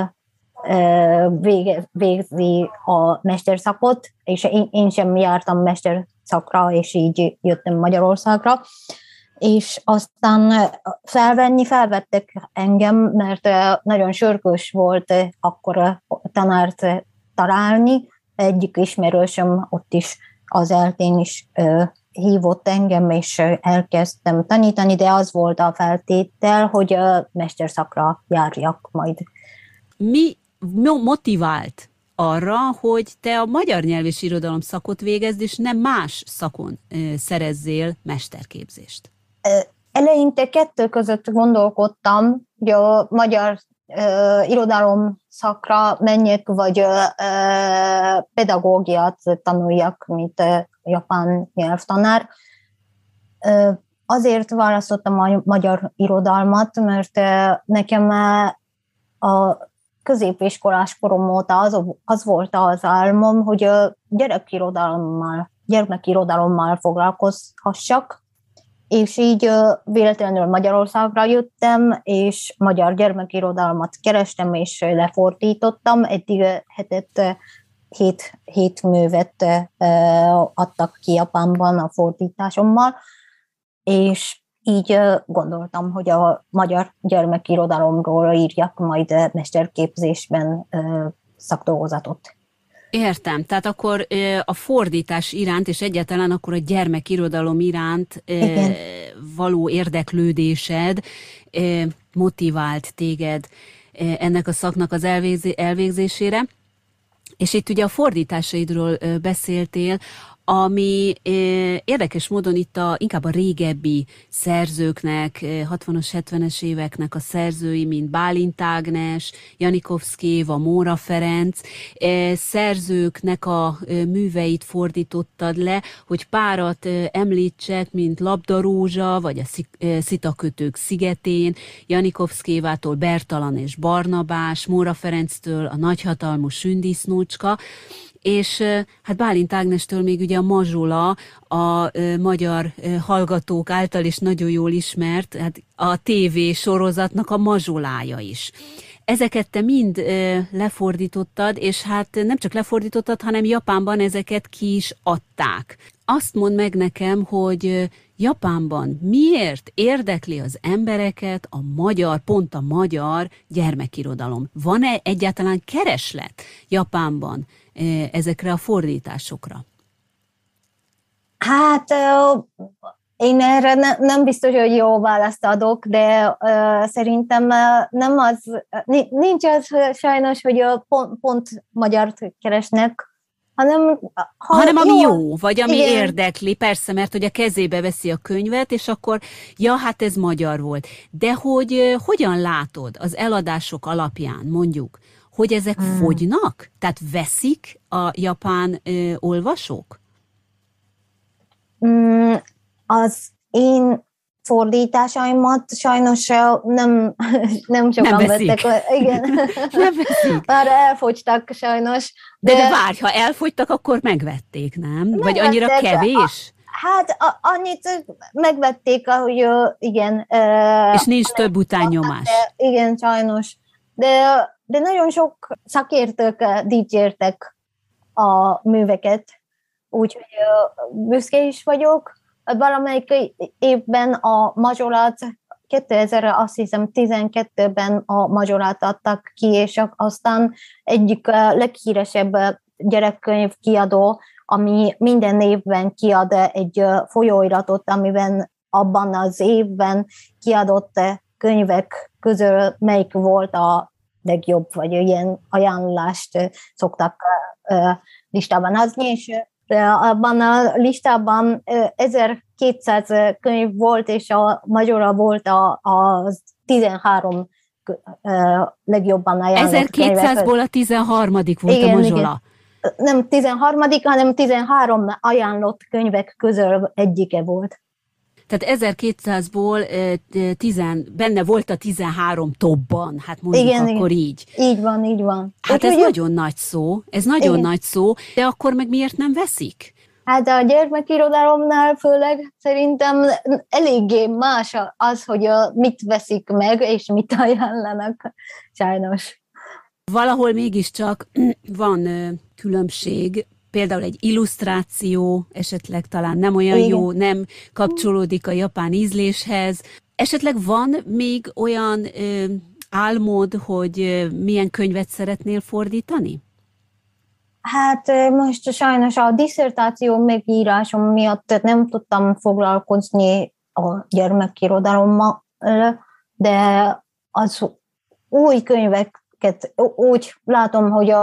végzi a mesterszakot, és én sem jártam mesterszakra, és így jöttem Magyarországra. És aztán felvettek engem, mert nagyon sürgős volt akkor tanárt találni. Egyik ismerősöm ott is az eltén is hívott engem, és elkezdtem tanítani, de az volt a feltétel, hogy mesterszakra járjak majd. Mi motivált arra, hogy te a magyar nyelv és irodalom szakot végezd, és nem más szakon szerezzél mesterképzést? Eleinte 2 között gondolkodtam, hogy a magyar irodalom szakra menjek, vagy pedagógiát tanuljak, mint japán nyelvtanár. Azért választottam a magyar irodalmat, mert nekem a középiskolás korom óta az volt az álmom, hogy gyermekirodalommal foglalkozhassak, és így véletlenül Magyarországra jöttem, és magyar gyermekirodalmat kerestem, és lefordítottam. Eddig 7 művet adtak ki Japánban a fordításommal, és így gondoltam, hogy a magyar gyermekirodalomról írjak majd mesterképzésben szakdolgozatot. Értem, tehát akkor a fordítás iránt, és egyáltalán akkor a gyermekirodalom iránt való érdeklődésed motivált téged ennek a szaknak az elvégzésére. És itt ugye a fordításaidról beszéltél, ami érdekes módon itt inkább a régebbi szerzőknek, 60-as, 70-es éveknek a szerzői, mint Bálint Ágnes, Janikovszky, Móra Ferenc, szerzőknek a műveit fordítottad le, hogy párat említsek, mint Labdarózsa, vagy a Szitakötők szigetén, Janikovszkévától Bertalan és Barnabás, Móra Ferenctől a nagyhatalmú Sündisznócska, és hát Bálint Ágnestől még ugye a Mazsola, a magyar hallgatók által is nagyon jól ismert, hát a TV sorozatnak a mazsolája is. Ezeket te mind lefordítottad, és hát nem csak lefordítottad, hanem Japánban ezeket ki is adták. Azt mondd meg nekem, hogy Japánban miért érdekli az embereket pont a magyar gyermekirodalom? Van-e egyáltalán kereslet Japánban ezekre a fordításokra? Hát én erre nem biztos, hogy jó választ adok, de szerintem nem nincs az sajnos, hogy pont magyart keresnek, hanem ami jó, vagy ami igen. érdekli, persze, mert hogy a kezébe veszi a könyvet, és akkor, hát ez magyar volt. De hogy hogyan látod az eladások alapján, mondjuk, hogy ezek fogynak? Tehát veszik a japán olvasók? Az én fordításaimat sajnos nem sokan vettek. Igen. Nem veszik. Már elfogytak sajnos. De várj, ha elfogytak, akkor megvették, nem? Vagy annyira kevés? Hát annyit megvették, ahogy igen. És nincs több utánnyomás. Igen, sajnos. De nagyon sok szakértők dicsértek a műveket, úgyhogy büszke is vagyok. Valamelyik évben a mazsolát, 2012-ben a mazsolát adtak ki, és aztán egyik leghíresebb gyerekkönyv kiadó, ami minden évben kiad egy folyóiratot, amiben abban az évben kiadott könyvek közül melyik volt a legjobb, vagy ilyen ajánlást szoktak listában adni, és abban a listában 1200 könyv volt, és a Mazsola volt a 13 legjobban ajánlott 1200-ból a 13. volt igen, a Mazsola. Igen. Nem 13., hanem 13 ajánlott könyvek közül egyike volt. Tehát 1200-ból benne volt a 13 topban, hát mondjuk igen, akkor igen. Így. Így van, így van. Hát ez nagyon nagy szó, nagy szó, de akkor meg miért nem veszik? Hát a gyermekirodalomnál főleg szerintem eléggé más az, hogy mit veszik meg, és mit ajánlanak, sajnos. Valahol mégiscsak van különbség, például egy illusztráció esetleg talán nem olyan igen. jó, nem kapcsolódik a japán ízléshez. Esetleg van még olyan álmod, hogy milyen könyvet szeretnél fordítani? Hát most sajnos a disszertáció megírásom miatt nem tudtam foglalkozni a gyermekirodalommal, de az új könyveket úgy látom, hogy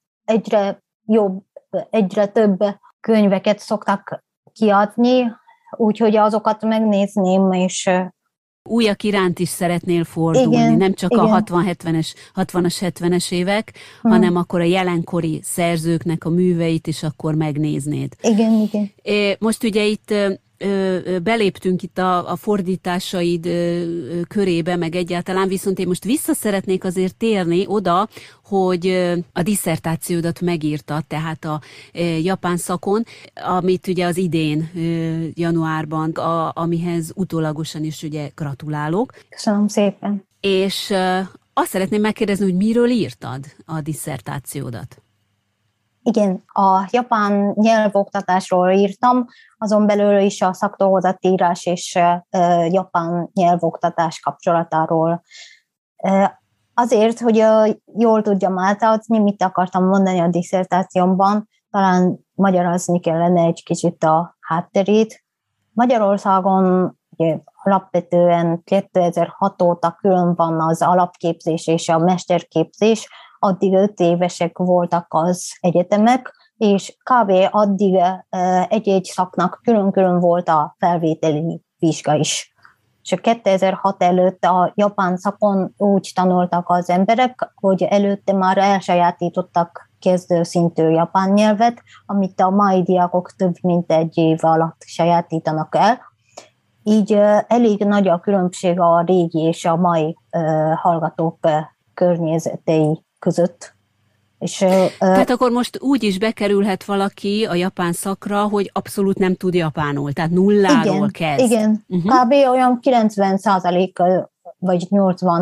egyre több könyveket szoktak kiadni, úgyhogy azokat megnézném, és újak iránt is szeretnél fordulni, igen, nem csak igen. a 60-70-es, 60-as, 70-es évek, hanem akkor a jelenkori szerzőknek a műveit is akkor megnéznéd. Igen, igen. Most ugye itt beléptünk itt a fordításaid körébe, meg egyáltalán, viszont én most vissza szeretnék azért térni oda, hogy a disszertációdat megírtad, tehát a japán szakon, amit ugye az idén, januárban, amihez utólagosan is ugye gratulálok. Köszönöm szépen. És azt szeretném megkérdezni, hogy miről írtad a disszertációdat? Igen, a japán nyelvoktatásról írtam, azon belül is a szakdolgozatírás és japán nyelvoktatás kapcsolatáról. Azért, hogy jól tudjam átadni, mit akartam mondani a disszertációmban, talán magyarázni kellene egy kicsit a hátterét. Magyarországon ugye, alapvetően 2006 óta külön van az alapképzés és a mesterképzés, addig 5 évesek voltak az egyetemek, és kb. Addig egy-egy szaknak külön-külön volt a felvételi vizsga is. És 2006 előtt a japán szakon úgy tanultak az emberek, hogy előtte már elsajátítottak kezdőszintű japán nyelvet, amit a mai diákok több mint egy év alatt sajátítanak el. Így elég nagy a különbség a régi és a mai hallgatók környezetei között. Tehát akkor most úgy is bekerülhet valaki a japán szakra, hogy abszolút nem tud japánul, tehát nulláról kezd. Igen, kb. Olyan 90% vagy 80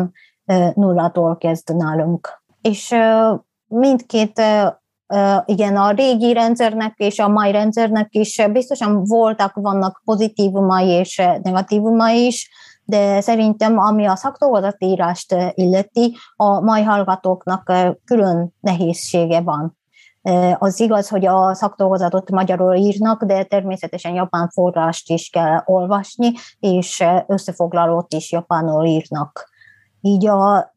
nullatól kezd nálunk. És mindkét, igen, a régi rendszernek és a mai rendszernek is biztosan vannak pozitívumai és negatívumai is, de szerintem, ami a szakdolgozatírást illeti, a mai hallgatóknak külön nehézsége van. Az igaz, hogy a szakdolgozatot magyarul írnak, de természetesen japán forrást is kell olvasni, és összefoglalót is japánul írnak. Így a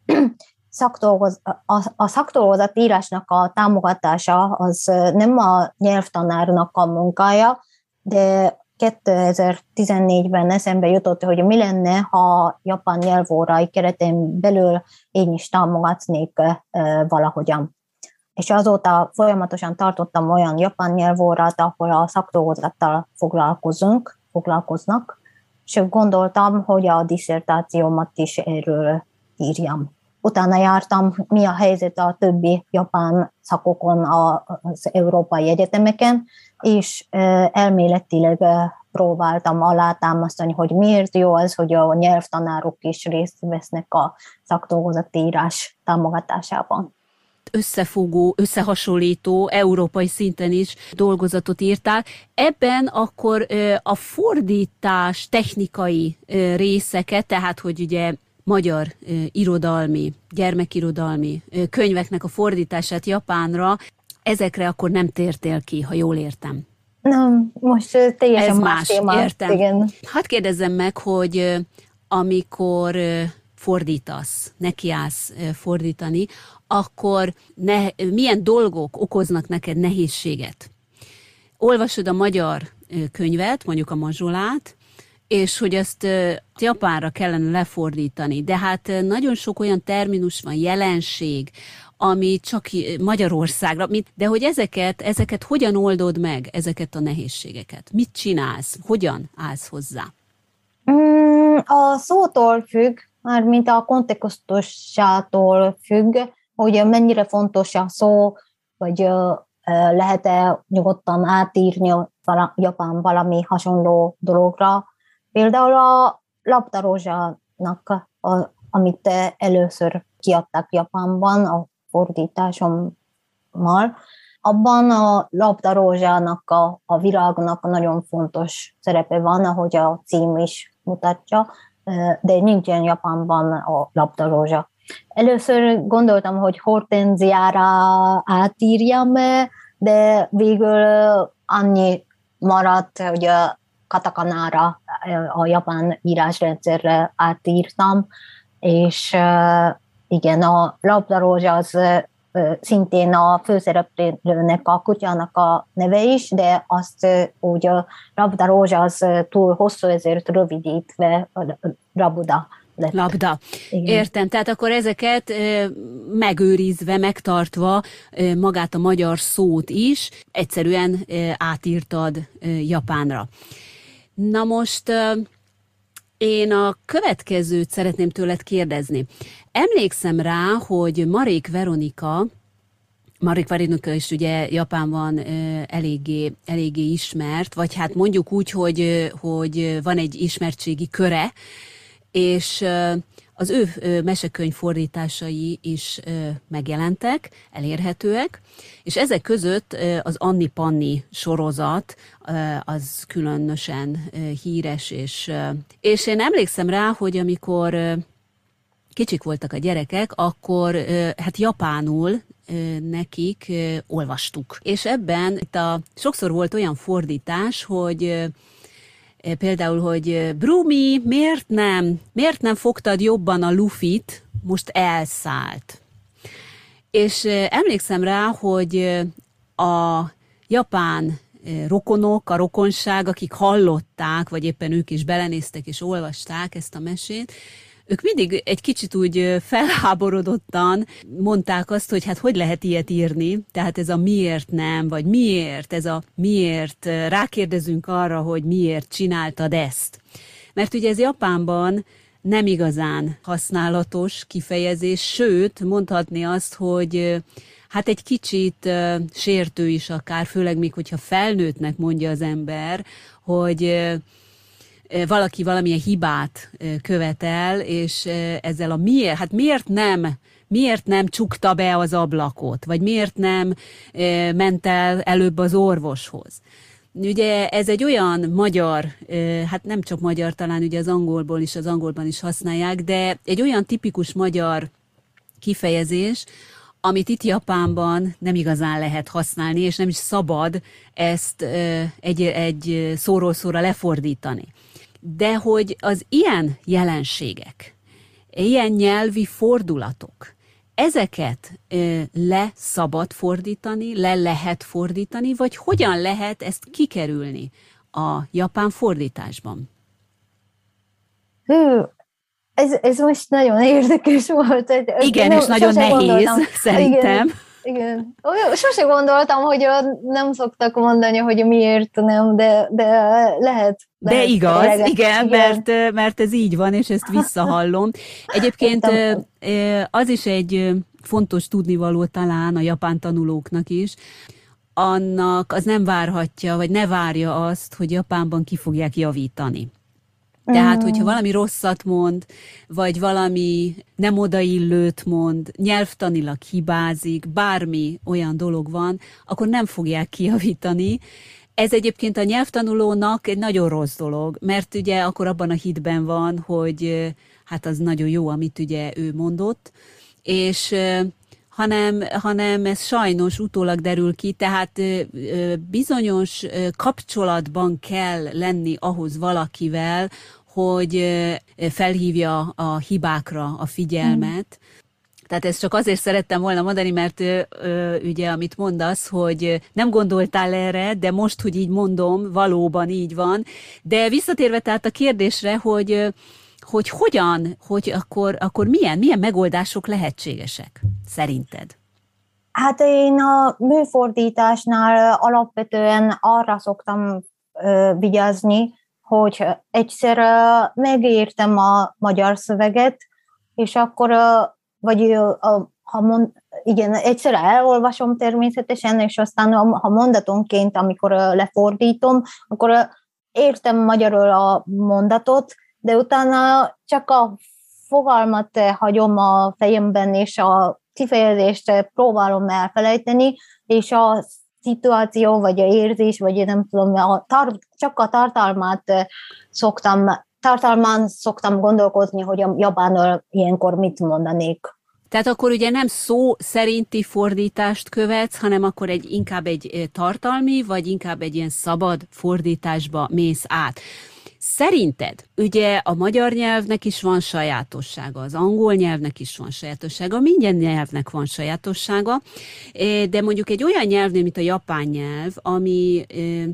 szakdolgozatírásnak a támogatása az nem a nyelvtanárnak a munkája, de 2014-ben eszembe jutott, hogy mi lenne, ha japán nyelvórai keretén belül én is támogatnék valahogyan. És azóta folyamatosan tartottam olyan japán nyelvórát, ahol a szakdolgozattal foglalkoznak, és gondoltam, hogy a disszertációmat is erről írjam. Utána jártam, mi a helyzet a többi japán szakokon az európai egyetemeken, és elméletileg próbáltam alátámasztani, hogy miért jó az, hogy a nyelvtanárok is részt vesznek a szakdolgozatírás támogatásában. Összefogó, összehasonlító, európai szinten is dolgozatot írtál. Ebben akkor a fordítás technikai részeket, tehát hogy ugye magyar irodalmi, gyermekirodalmi könyveknek a fordítását japánra, ezekre akkor nem tértél ki, ha jól értem. Nem, most teljesen ez más téma. Értem. Igen. Hadd kérdezzem meg, hogy amikor fordítasz, nekiállsz fordítani, akkor milyen dolgok okoznak neked nehézséget? Olvasod a magyar könyvet, mondjuk a mazsolát, és hogy ezt japánra kellene lefordítani, de hát nagyon sok olyan terminus van, jelenség, ami csak Magyarországra, de hogy ezeket hogyan oldod meg, ezeket a nehézségeket? Mit csinálsz? Hogyan állsz hozzá? A szótól függ, mármint a kontextusától függ, hogy mennyire fontos a szó, vagy lehet-e nyugodtan átírni japán valami hasonló dologra. Például a labdarózsának, amit először kiadtak Japánban a fordításommal, abban a labdarózsának, a virágnak nagyon fontos szerepe van, ahogy a cím is mutatja, de nincsen Japánban a labdarózsa. Először gondoltam, hogy hortenziára átírjam, de végül annyi maradt, hogy a katakanára, a japán írásrendszerre átírtam, és igen, a labdarózsa az szintén a főszereplőnek, a kutyának a neve is, de azt úgy a labdarózsa az túl hosszú, ezért rövidítve Rabuda lett. Labda. Igen. Értem. Tehát akkor ezeket megőrizve, megtartva magát a magyar szót is, egyszerűen átírtad japánra. Na most én a következőt szeretném tőled kérdezni. Emlékszem rá, hogy Marék Veronika is ugye Japánban eléggé ismert, vagy hát mondjuk úgy, hogy van egy ismertségi köre, és az ő mesekönyv fordításai is megjelentek, elérhetőek, és ezek között az Anni Panni sorozat az különösen híres, és én emlékszem rá, hogy amikor kicsik voltak a gyerekek, akkor hát japánul nekik olvastuk. És ebben sokszor volt olyan fordítás, hogy például, hogy Brumi, miért nem fogtad jobban a Luffyt, most elszállt. És emlékszem rá, hogy a japán rokonok, a rokonság, akik hallották, vagy éppen ők is belenéztek és olvasták ezt a mesét, ők mindig egy kicsit úgy felháborodottan mondták azt, hogy hát hogy lehet ilyet írni, tehát ez a miért nem, vagy miért rákérdezünk arra, hogy miért csináltad ezt. Mert ugye ez Japánban nem igazán használatos kifejezés, sőt, mondhatni azt, hogy hát egy kicsit sértő is akár, főleg még, hogyha felnőttnek mondja az ember, hogy valaki valamilyen hibát követel, és ezzel a miért, hát miért nem csukta be az ablakot, vagy miért nem ment el előbb az orvoshoz. Ugye ez egy olyan magyar, hát nem csak magyar, talán ugye az angolban is használják, de egy olyan tipikus magyar kifejezés, amit itt Japánban nem igazán lehet használni, és nem is szabad ezt egy szóról szóra lefordítani. De hogy az ilyen jelenségek, ilyen nyelvi fordulatok, ezeket le szabad fordítani, le lehet fordítani, vagy hogyan lehet ezt kikerülni a japán fordításban? Hű, ez most nagyon érdekes volt. Igen, és nagyon nehéz, szerintem. Igen. Sose gondoltam, hogy nem szoktak mondani, hogy miért nem, de lehet. De igaz, igen. Mert ez így van, és ezt visszahallom. Egyébként az is egy fontos tudnivaló talán a japán tanulóknak is, annak az nem várhatja, vagy ne várja azt, hogy Japánban ki fogják javítani. Tehát, hogyha valami rosszat mond, vagy valami nem odaillőt mond, nyelvtanilag hibázik, bármi olyan dolog van, akkor nem fogják kijavítani. Ez egyébként a nyelvtanulónak egy nagyon rossz dolog, mert ugye akkor abban a hitben van, hogy hát az nagyon jó, amit ugye ő mondott, és hanem ez sajnos utólag derül ki, tehát bizonyos kapcsolatban kell lenni ahhoz valakivel, hogy felhívja a hibákra a figyelmet. Tehát ezt csak azért szerettem volna mondani, mert ugye, amit mondasz, hogy nem gondoltál erre, de most, hogy így mondom, valóban így van. De visszatérve tehát a kérdésre, hogy hogyan, hogy akkor milyen megoldások lehetségesek szerinted? Hát én a műfordításnál alapvetően arra szoktam vigyázni, hogy egyszer megértem a magyar szöveget, és akkor igen, egyszer elolvasom természetesen, és aztán ha mondatonként, amikor lefordítom, akkor értem magyarul a mondatot, de utána csak a fogalmat hagyom a fejemben, és a kifejezést próbálom elfelejteni, és a szituáció, vagy a érzés, vagy nem tudom, csak a tartalmán szoktam gondolkozni, hogy a japánul ilyenkor mit mondanék. Tehát akkor ugye nem szó szerinti fordítást követsz, hanem akkor inkább egy tartalmi, vagy inkább egy ilyen szabad fordításba mész át. Szerinted, ugye a magyar nyelvnek is van sajátossága, az angol nyelvnek is van sajátossága, minden nyelvnek van sajátossága, de mondjuk egy olyan nyelvnél, mint a japán nyelv, ami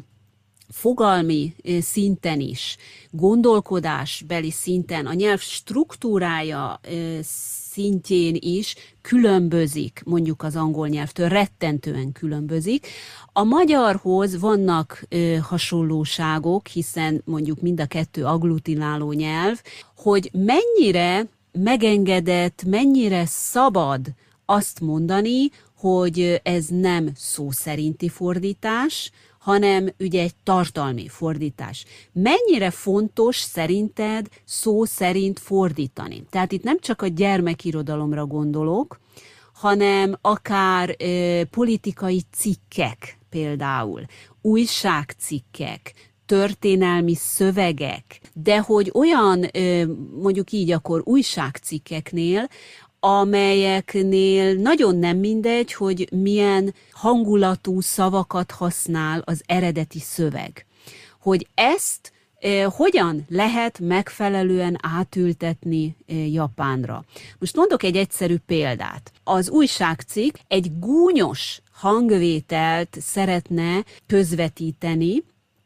fogalmi szinten is, gondolkodásbeli szinten, a nyelv struktúrája szintjén is különbözik, mondjuk az angol nyelvtől, rettentően különbözik. A magyarhoz vannak hasonlóságok, hiszen mondjuk mind a kettő agglutináló nyelv, hogy mennyire megengedett, mennyire szabad azt mondani, hogy ez nem szó szerinti fordítás, hanem ugye egy tartalmi fordítás. Mennyire fontos szerinted szó szerint fordítani? Tehát itt nem csak a gyermekirodalomra gondolok, hanem akár politikai cikkek például, újságcikkek, történelmi szövegek, de hogy olyan, mondjuk így akkor újságcikkeknél, amelyeknél nagyon nem mindegy, hogy milyen hangulatú szavakat használ az eredeti szöveg. Hogy ezt hogyan lehet megfelelően átültetni japánra. Most mondok egy egyszerű példát. Az újságcikk egy gúnyos hangvételt szeretne közvetíteni,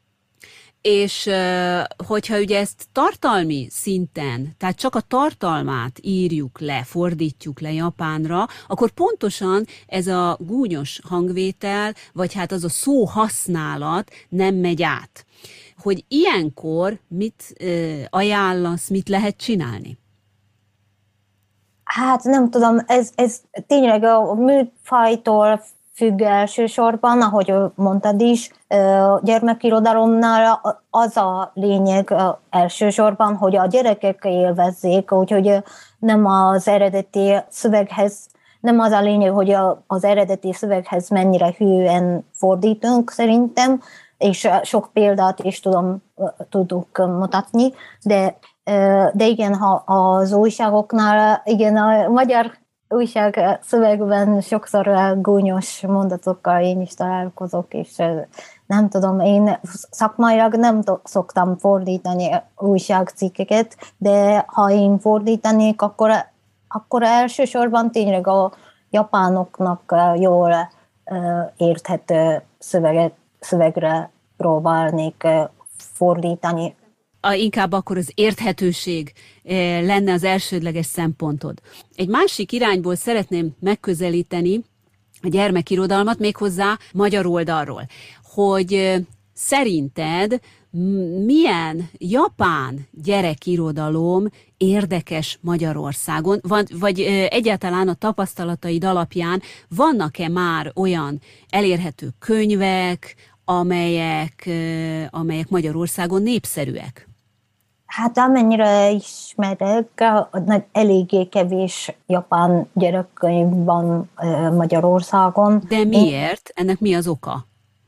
és hogyha ugye ezt tartalmi szinten, tehát csak a tartalmát írjuk le, fordítjuk le japánra, akkor pontosan ez a gúnyos hangvétel, vagy hát az a szó használat nem megy át. Hogy ilyenkor mit ajánlasz, mit lehet csinálni? Hát nem tudom, ez tényleg a műfajtól függ elsősorban, ahogy mondtad is, gyermekirodalomnál az a lényeg elsősorban, hogy a gyerekek élvezzék, úgyhogy nem az eredeti szöveghez, nem az a lényeg, hogy az eredeti szöveghez mennyire hűen fordítunk szerintem, és sok példát is tudunk mutatni, de igen, ha az újságoknál, igen, a magyar újság szövegben sokszor gúnyos mondatokkal én is találkozok, és nem tudom, én szakmailag nem szoktam fordítani újságcikkeket, de ha én fordítanék, akkor elsősorban tényleg a japánoknak jól érthető szövegre próbálnék fordítani. Inkább akkor az érthetőség lenne az elsődleges szempontod. Egy másik irányból szeretném megközelíteni a gyermekirodalmat, méghozzá magyar oldalról, hogy szerinted milyen japán gyerekirodalom érdekes Magyarországon, vagy egyáltalán a tapasztalataid alapján vannak-e már olyan elérhető könyvek, amelyek Magyarországon népszerűek? Hát amennyire ismerek, eléggé kevés japán gyerekkönyv van Magyarországon. De miért? Ennek mi az oka?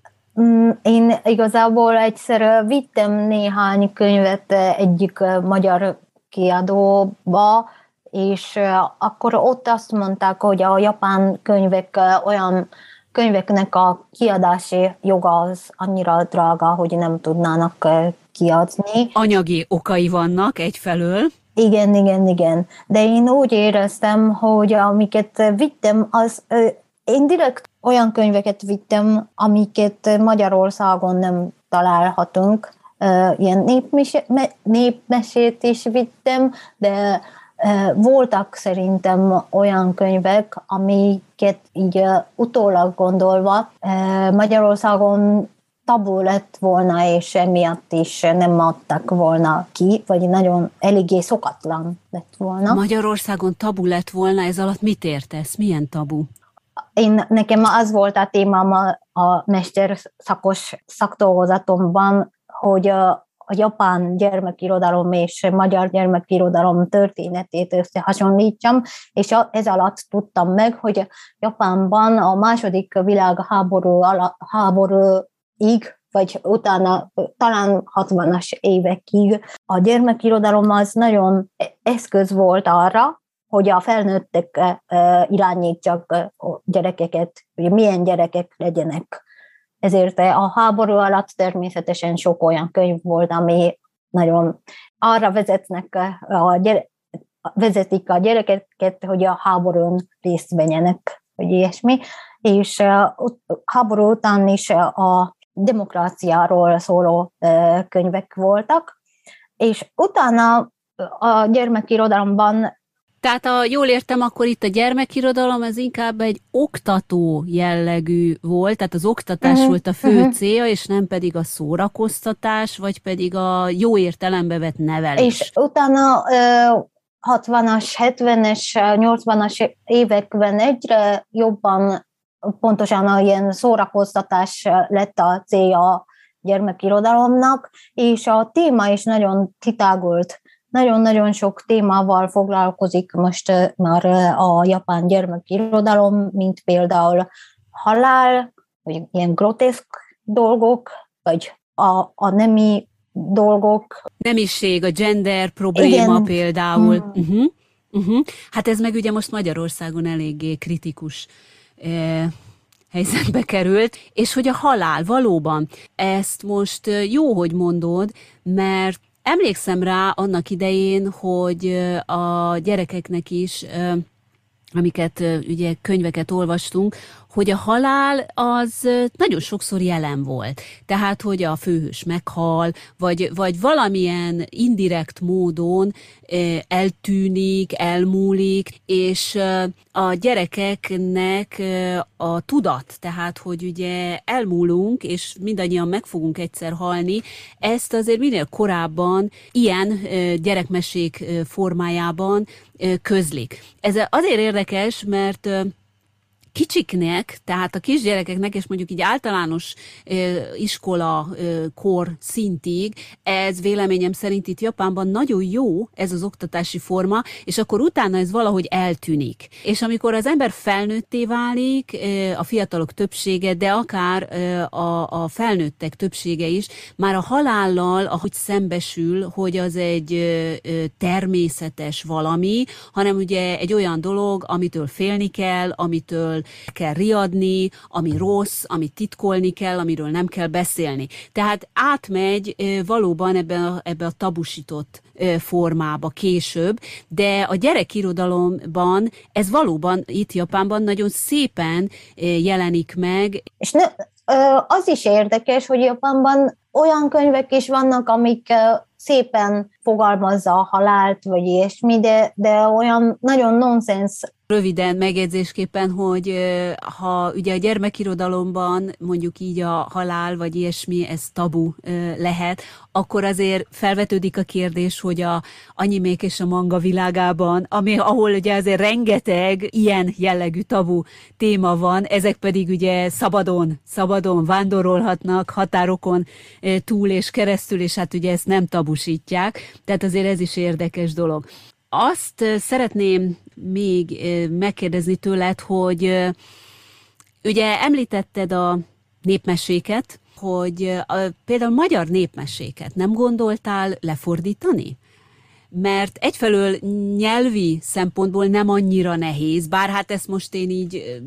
Én igazából egyszer vittem néhány könyvet egyik magyar kiadóba, és akkor ott azt mondták, hogy a japán könyvek olyan könyveknek a kiadási joga az annyira drága, hogy nem tudnának kiadni. Anyagi okai vannak egyfelől. Igen. De én úgy éreztem, hogy amiket vittem, én direkt olyan könyveket vittem, amiket Magyarországon nem találhatunk. Ilyen népmesét is vittem, de voltak szerintem olyan könyvek, amiket így utólag gondolva Magyarországon tabu lett volna, és emiatt is nem adtak volna ki, vagy nagyon eléggé szokatlan lett volna. Magyarországon tabu lett volna, ez alatt mit értesz? Milyen tabu? Nekem az volt a témám a mesterszakos szakdolgozatomban, hogy a japán gyermekirodalom és magyar gyermekirodalom történetét összehasonlítsam, és ez alatt tudtam meg, hogy Japánban a második világháborúig, vagy utána talán 60-as évekig a gyermekirodalom az nagyon eszköz volt arra, hogy a felnőttek irányítsák a gyerekeket, hogy milyen gyerekek legyenek. Ezért a háború alatt természetesen sok olyan könyv volt, ami nagyon arra vezetik a gyerekeket, hogy a háborún részt vegyenek, vagy ilyesmi. És háború után is a demokráciáról szóló könyvek voltak, és utána a gyermekirodalomban. Tehát jól értem, akkor itt a gyermekirodalom az inkább egy oktató jellegű volt, tehát az oktatás volt a fő célja, és nem pedig a szórakoztatás, vagy pedig a jó értelembe vett nevelés. És utána 60-as, 70-es, 80-as években egyre jobban pontosan ilyen szórakoztatás lett a célja a gyermekirodalomnak, és a téma is nagyon kitágult. Nagyon-nagyon sok témával foglalkozik most már a japán gyermekirodalom, mint például halál, vagy ilyen groteszk dolgok, vagy a nemi dolgok. Nemiség, a gender probléma. Igen. Például. Hát ez meg ugye most Magyarországon eléggé kritikus helyzetbe került, és hogy a halál valóban, ezt most jó, hogy mondod, mert emlékszem rá annak idején, hogy a gyerekeknek is, amiket ugye könyveket olvastunk, hogy a halál az nagyon sokszor jelen volt. Tehát, hogy a főhős meghal, vagy valamilyen indirekt módon eltűnik, elmúlik, és a gyerekeknek a tudat, tehát, hogy ugye elmúlunk, és mindannyian meg fogunk egyszer halni, ezt azért minél korábban ilyen gyerekmesék formájában közlik. Ez azért érdekes, mert kicsiknek, tehát a kisgyerekeknek, és mondjuk így általános iskola kor szintig, ez véleményem szerint itt Japánban nagyon jó ez az oktatási forma, és akkor utána ez valahogy eltűnik. És amikor az ember felnőtté válik, a fiatalok többsége, de akár a felnőttek többsége is, már a halállal, ahogy szembesül, hogy az egy természetes valami, hanem ugye egy olyan dolog, amitől félni kell, amitől kell riadni, ami rossz, amit titkolni kell, amiről nem kell beszélni. Tehát átmegy valóban ebbe a tabusított formába később, de a gyerekirodalomban ez valóban itt Japánban nagyon szépen jelenik meg. És az is érdekes, hogy Japánban olyan könyvek is vannak, amik szépen fogalmazza a halált, vagy ilyesmi, de olyan nagyon nonsens. Röviden megjegyzésképpen, hogy ha ugye a gyermekirodalomban mondjuk így a halál, vagy ilyesmi, ez tabu lehet, akkor azért felvetődik a kérdés, hogy a animék és a manga világában, ahol ugye azért rengeteg ilyen jellegű tabu téma van, ezek pedig ugye szabadon vándorolhatnak határokon túl és keresztül, és hát ugye ezt nem tabusítják, tehát azért ez is érdekes dolog. Azt szeretném még megkérdezni tőled, hogy ugye említetted a népmeséket, hogy például magyar népmeséket nem gondoltál lefordítani? Mert egyfelől nyelvi szempontból nem annyira nehéz, bár hát ezt most én így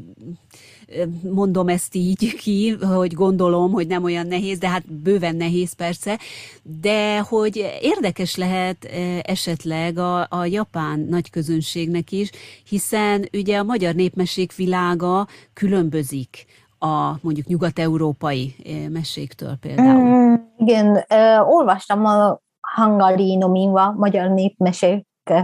mondom ezt így ki, hogy gondolom, hogy nem olyan nehéz, de hát bőven nehéz persze, de hogy érdekes lehet esetleg a japán nagyközönségnek is, hiszen ugye a magyar népmesék világa különbözik a mondjuk nyugat-európai meséktől például. Igen, olvastam a Hangari no Minwa, Magyar Népmesék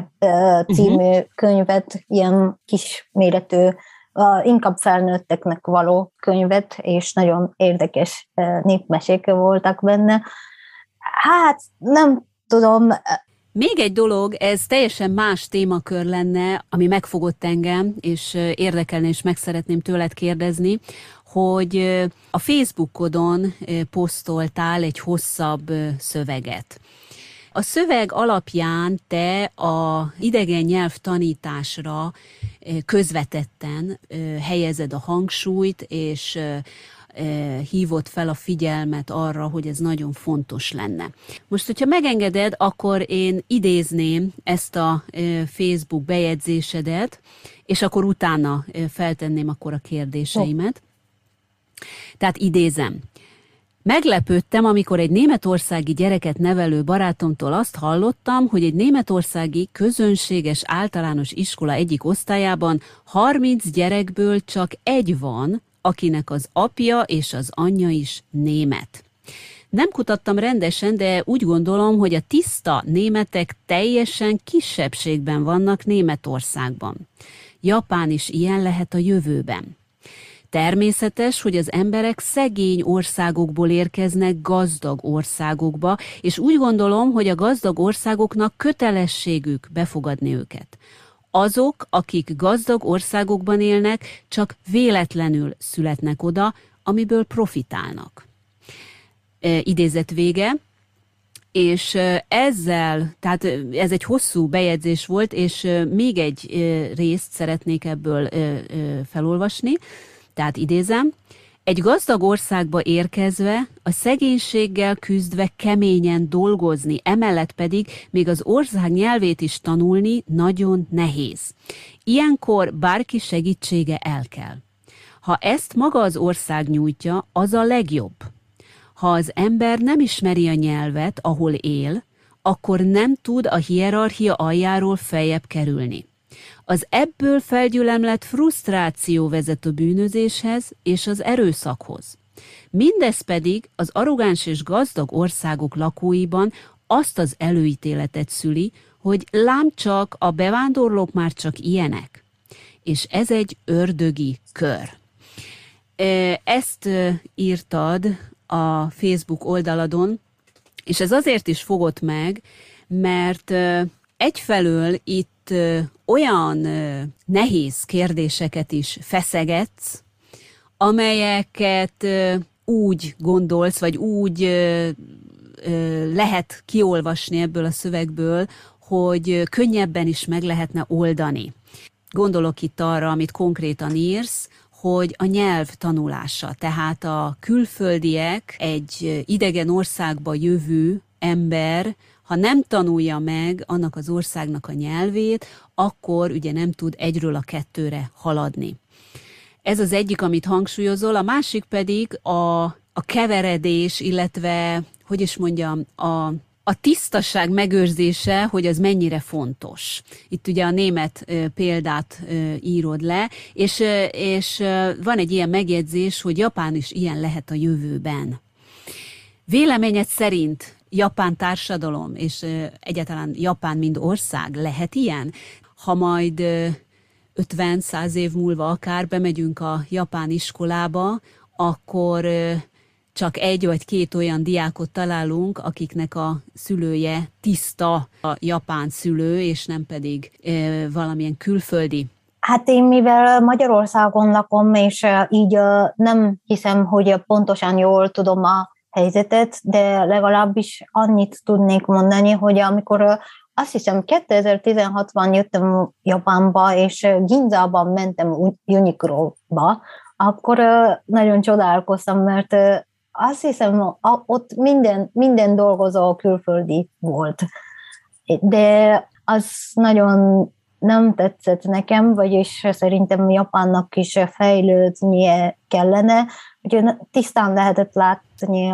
című könyvet, ilyen kis méretű, inkább felnőtteknek való könyvet, és nagyon érdekes népmesék voltak benne. Hát nem tudom. Még egy dolog, ez teljesen más témakör lenne, ami megfogott engem, és érdekelne, és meg szeretném tőled kérdezni, hogy a Facebookodon posztoltál egy hosszabb szöveget. A szöveg alapján te a idegen nyelv tanításra közvetetten helyezed a hangsúlyt, és hívott fel a figyelmet arra, hogy ez nagyon fontos lenne. Most, hogyha megengeded, akkor én idézném ezt a Facebook bejegyzésedet, és akkor utána feltenném akkor a kérdéseimet. Tehát idézem. Meglepődtem, amikor egy németországi gyereket nevelő barátomtól azt hallottam, hogy egy németországi közönséges általános iskola egyik osztályában 30 gyerekből csak egy van, akinek az apja és az anyja is német. Nem kutattam rendesen, de úgy gondolom, hogy a tiszta németek teljesen kisebbségben vannak Németországban. Japán is ilyen lehet a jövőben. Természetes, hogy az emberek szegény országokból érkeznek gazdag országokba, és úgy gondolom, hogy a gazdag országoknak kötelességük befogadni őket. Azok, akik gazdag országokban élnek, csak véletlenül születnek oda, amiből profitálnak. Idézet vége. És ezzel, tehát ez egy hosszú bejegyzés volt, és még egy részt szeretnék ebből felolvasni. Tehát idézem, egy gazdag országba érkezve, a szegénységgel küzdve keményen dolgozni, emellett pedig még az ország nyelvét is tanulni nagyon nehéz. Ilyenkor bárki segítsége el kell. Ha ezt maga az ország nyújtja, az a legjobb. Ha az ember nem ismeri a nyelvet, ahol él, akkor nem tud a hierarchia aljáról feljebb kerülni. Az ebből felgyülemlett frusztráció vezet a bűnözéshez és az erőszakhoz. Mindez pedig az arrogáns és gazdag országok lakóiban azt az előítéletet szüli, hogy lám csak a bevándorlók már csak ilyenek. És ez egy ördögi kör. Ezt írtad a Facebook oldaladon, és ez azért is fogott meg, mert egyfelől itt olyan nehéz kérdéseket is feszegetsz, amelyeket úgy gondolsz, vagy úgy lehet kiolvasni ebből a szövegből, hogy könnyebben is meg lehetne oldani. Gondolok itt arra, amit konkrétan írsz, hogy a nyelv tanulása, tehát a külföldiek, egy idegen országba jövő ember, ha nem tanulja meg annak az országnak a nyelvét, akkor ugye nem tud egyről a kettőre haladni. Ez az egyik, amit hangsúlyozol, a másik pedig a keveredés, illetve, hogy is mondjam, a tisztaság megőrzése, hogy az mennyire fontos. Itt ugye a német példát írod le, és van egy ilyen megjegyzés, hogy Japán is ilyen lehet a jövőben. Véleményed szerint japán társadalom, és egyáltalán Japán mint ország lehet ilyen? Ha majd 50-100 év múlva akár bemegyünk a japán iskolába, akkor csak egy vagy két olyan diákot találunk, akiknek a szülője tiszta a japán szülő, és nem pedig valamilyen külföldi. Hát én mivel Magyarországon lakom, és így nem hiszem, hogy pontosan jól tudom a helyzetet, de legalábbis annyit tudnék mondani, hogy amikor azt hiszem 2016-ban jöttem Japánba, és Ginzában mentem Uniqlo-ba, akkor nagyon csodálkoztam, mert azt hiszem, ott minden dolgozó külföldi volt. De az nagyon nem tetszett nekem, vagyis szerintem Japánnak is fejlődnie kellene, úgyhogy tisztán lehetett látni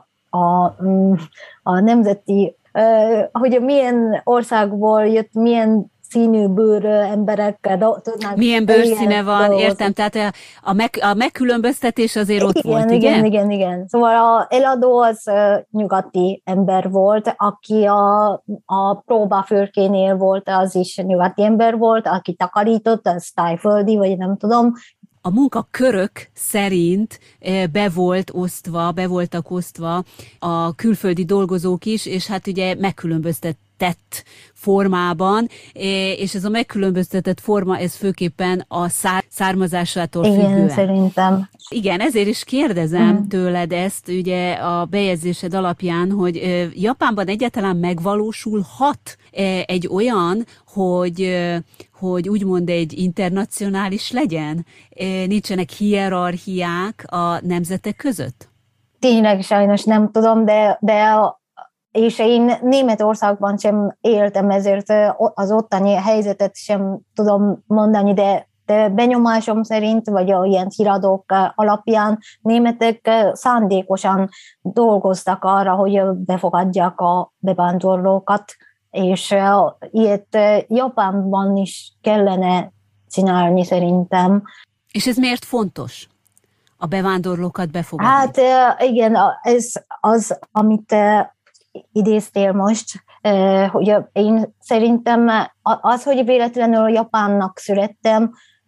a nemzeti, hogy milyen országból jött, milyen színű bőrű emberekkel tudnak. Milyen bőrszíne van, dolgozni. Értem, tehát a megkülönböztetés azért ott volt, igen? Igen. Szóval az eladó az nyugati ember volt, aki a próbafőrkénél volt, az is nyugati ember volt, aki takarított, az tájföldi, vagy nem tudom. A munkakörök szerint be voltak osztva a külföldi dolgozók is, és hát ugye megkülönböztetett formában, és ez a megkülönböztetett forma, ez főképpen a származásától függően. Igen, szerintem. Igen, ezért is kérdezem tőled ezt, ugye a bejegyzésed alapján, hogy Japánban egyáltalán megvalósulhat egy olyan, hogy úgymond egy internacionális legyen? Nincsenek hierarchiák a nemzetek között? Tényleg sajnos nem tudom, és én Németországban sem éltem, ezért az ottani helyzetet sem tudom mondani, de benyomásom szerint, vagy ilyen híradók alapján németek szándékosan dolgoztak arra, hogy befogadják a bevándorlókat, és ilyet Japánban is kellene csinálni szerintem. És ez miért fontos? A bevándorlókat befogadni? Hát igen, ez az, amit idéztél most, hogy én szerintem az, hogy véletlenül Japánnak születtem,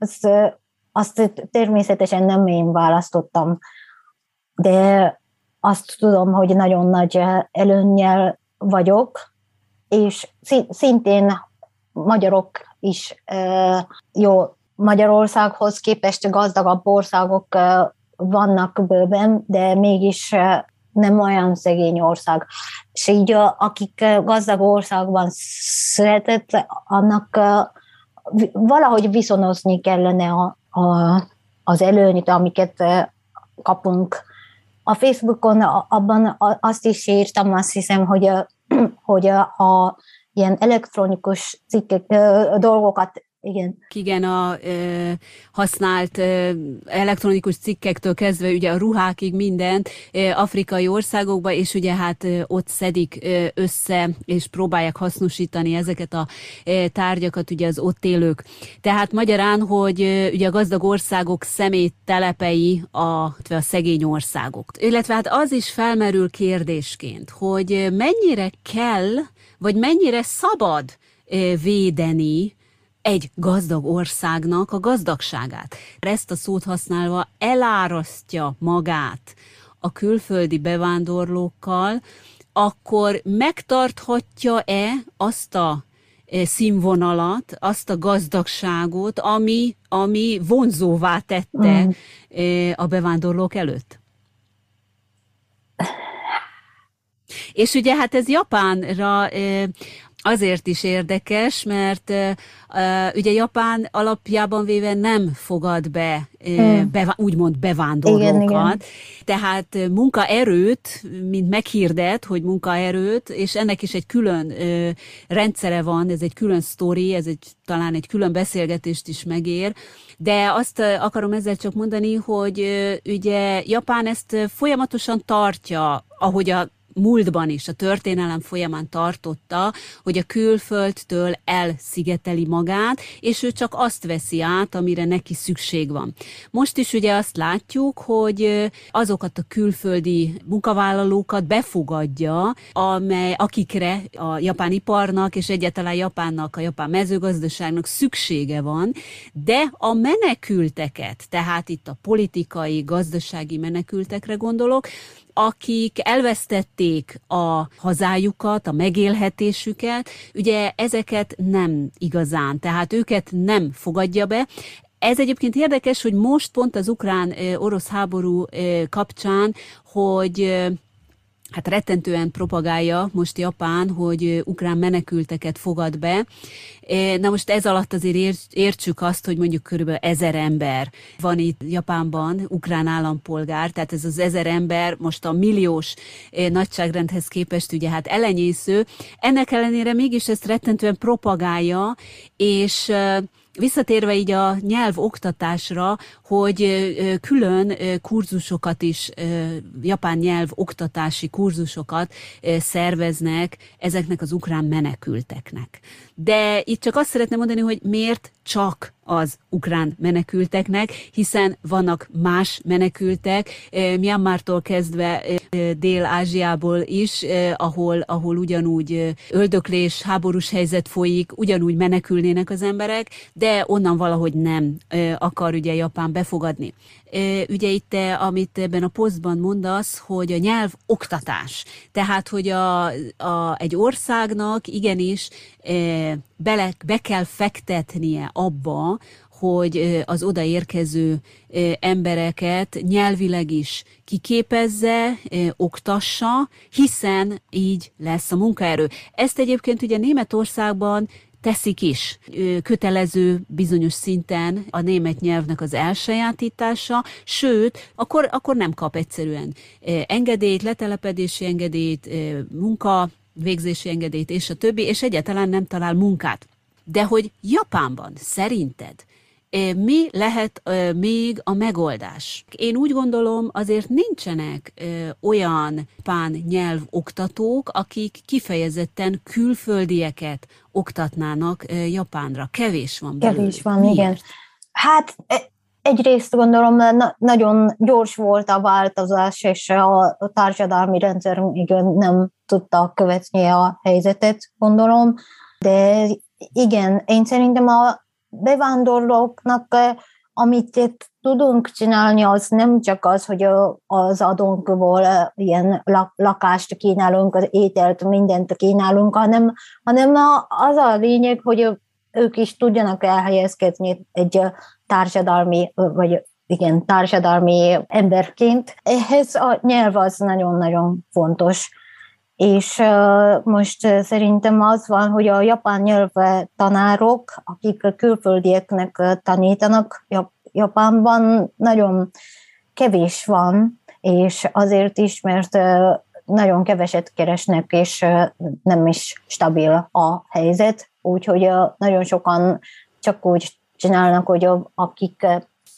azt természetesen nem én választottam, de azt tudom, hogy nagyon nagy előnnyel vagyok, és szintén magyarok is jó, Magyarországhoz képest gazdagabb országok vannak bőven, de mégis nem olyan szegény ország. És így akik gazdag országban született, annak valahogy viszonozni kellene az előnyt, amiket kapunk. A Facebookon abban azt is írtam, azt hiszem, hogy a ilyen elektronikus cikkek, dolgokat, Igen, a használt elektronikus cikkektől kezdve ugye a ruhákig mindent afrikai országokba, és ugye hát ott szedik össze, és próbálják hasznosítani ezeket a tárgyakat ugye az ott élők. Tehát magyarán, hogy ugye a gazdag országok szeméttelepei a szegény országok. Illetve hát az is felmerül kérdésként, hogy mennyire kell, vagy mennyire szabad védeni egy gazdag országnak a gazdagságát. Ezt a szót használva elárasztja magát a külföldi bevándorlókkal, akkor megtarthatja-e azt a színvonalat, azt a gazdagságot, ami vonzóvá tette a bevándorlók előtt. És ugye hát ez Japánra azért is érdekes, mert ugye Japán alapjában véve nem fogad be úgymond bevándorlókat. Igen. Tehát munkaerőt, mint meghirdet, hogy munkaerőt, és ennek is egy külön rendszere van, ez egy külön sztori, ez talán egy külön beszélgetést is megér, de azt akarom ezzel csak mondani, hogy ugye Japán ezt folyamatosan tartja, ahogy a múltban is, a történelem folyamán tartotta, hogy a külföldtől elszigeteli magát, és ő csak azt veszi át, amire neki szükség van. Most is ugye azt látjuk, hogy azokat a külföldi munkavállalókat befogadja, akikre a japán iparnak és egyáltalán Japánnak, a japán mezőgazdaságnak szüksége van, de a menekülteket, tehát itt a politikai, gazdasági menekültekre gondolok, akik elvesztették a hazájukat, a megélhetésüket, ugye ezeket nem igazán, tehát őket nem fogadja be. Ez egyébként érdekes, hogy most pont az ukrán-orosz háború kapcsán, hogy hát rettentően propagálja most Japán, hogy ukrán menekülteket fogad be. Na most ez alatt azért értsük azt, hogy mondjuk körülbelül 1000 ember van itt Japánban, ukrán állampolgár, tehát ez az 1000 ember most a milliós nagyságrendhez képest ugye hát elenyésző. Ennek ellenére mégis ezt rettentően propagálja, és visszatérve így a nyelvoktatásra, hogy külön kurzusokat is, japán nyelv oktatási kurzusokat szerveznek ezeknek az ukrán menekülteknek. De itt csak azt szeretném mondani, hogy miért csak az ukrán menekülteknek, hiszen vannak más menekültek, Myanmartól kezdve Dél-Ázsiából is, ahol ugyanúgy öldöklés, háborús helyzet folyik, ugyanúgy menekülnének az emberek, de onnan valahogy nem akar ugye Japán befogadni. Ugye itt, amit ebben a posztban mondasz, hogy a nyelv oktatás. Tehát, hogy egy országnak igenis be kell fektetnie abba, hogy az odaérkező embereket nyelvileg is kiképezze, oktassa, hiszen így lesz a munkaerő. Ezt egyébként ugye Németországban teszik is. Kötelező bizonyos szinten a német nyelvnek az elsajátítása, sőt, akkor nem kap egyszerűen engedélyt, letelepedési engedélyt, munka végzési engedélyt, és a többi, és egyáltalán nem talál munkát. De hogy Japánban szerinted mi lehet még a megoldás? Én úgy gondolom, azért nincsenek olyan japán nyelvoktatók, akik kifejezetten külföldieket oktatnának Japánra. Kevés van belőlük. Kevés van, miért? Igen. Hát egyrészt gondolom, nagyon gyors volt a változás, és a társadalmi rendszer igen nem tudta követni a helyzetet, gondolom, de igen, én szerintem a bevándorlóknak, amit itt tudunk csinálni, az nem csak az, hogy az adónkból ilyen lakást kínálunk, az ételt, mindent kínálunk, hanem az a lényeg, hogy ők is tudjanak elhelyezkedni egy társadalmi, vagy igen, társadalmi emberként. Ehhez a nyelv az nagyon-nagyon fontos. És most szerintem az van, hogy a japán nyelvtanárok, akik külföldieknek tanítanak Japánban, nagyon kevés van, és azért is, mert nagyon keveset keresnek, és nem is stabil a helyzet, úgyhogy nagyon sokan csak úgy csinálnak, hogy akik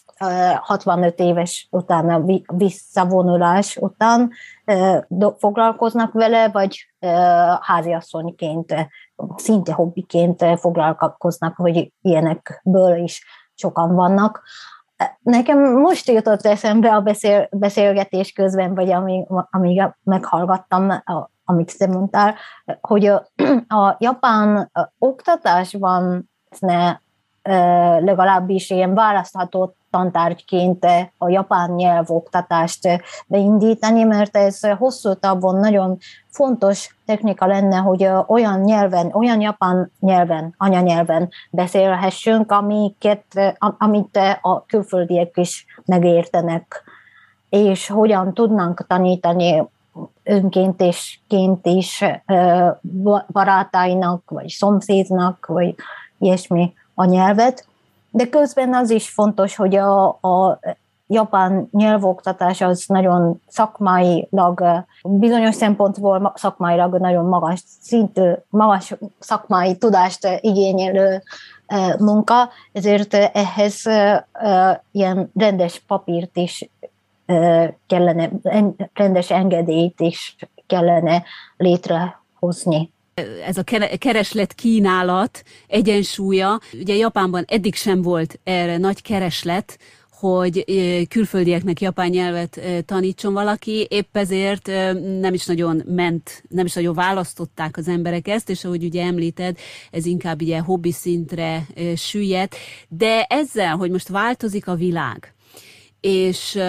65 éves után, a visszavonulás után foglalkoznak vele, vagy háziasszonyként, szinte hobbiként foglalkoznak, hogy ilyenekből is sokan vannak. Nekem most jutott eszembe a beszélgetés közben, vagy amíg meghallgattam, amit te mondtál, hogy a japán oktatásban legalábbis ilyen választható tantárgyként a japán nyelvoktatást beindítani, mert ez hosszú távon nagyon fontos technika lenne, hogy olyan nyelven, olyan japán nyelven, anyanyelven beszélhessünk, amit a külföldiek is megértenek, és hogyan tudnánk tanítani önkéntesként is barátainak, vagy szomszédnak, vagy ilyesmi a nyelvet. De közben az is fontos, hogy a japán nyelvoktatás az nagyon szakmailag, bizonyos szempontból szakmailag nagyon magas szintű, magas szakmai tudást igényelő munka, ezért ehhez ilyen rendes papírt is kellene, rendes engedélyt is kellene létrehozni. Ez a kereslet-kínálat egyensúlya, ugye Japánban eddig sem volt erre nagy kereslet, hogy külföldieknek japán nyelvet tanítson valaki, épp ezért nem is nagyon választották az emberek ezt, és ahogy ugye említed, ez inkább ugye hobbi szintre süllyedt, de ezzel, hogy most változik a világ, és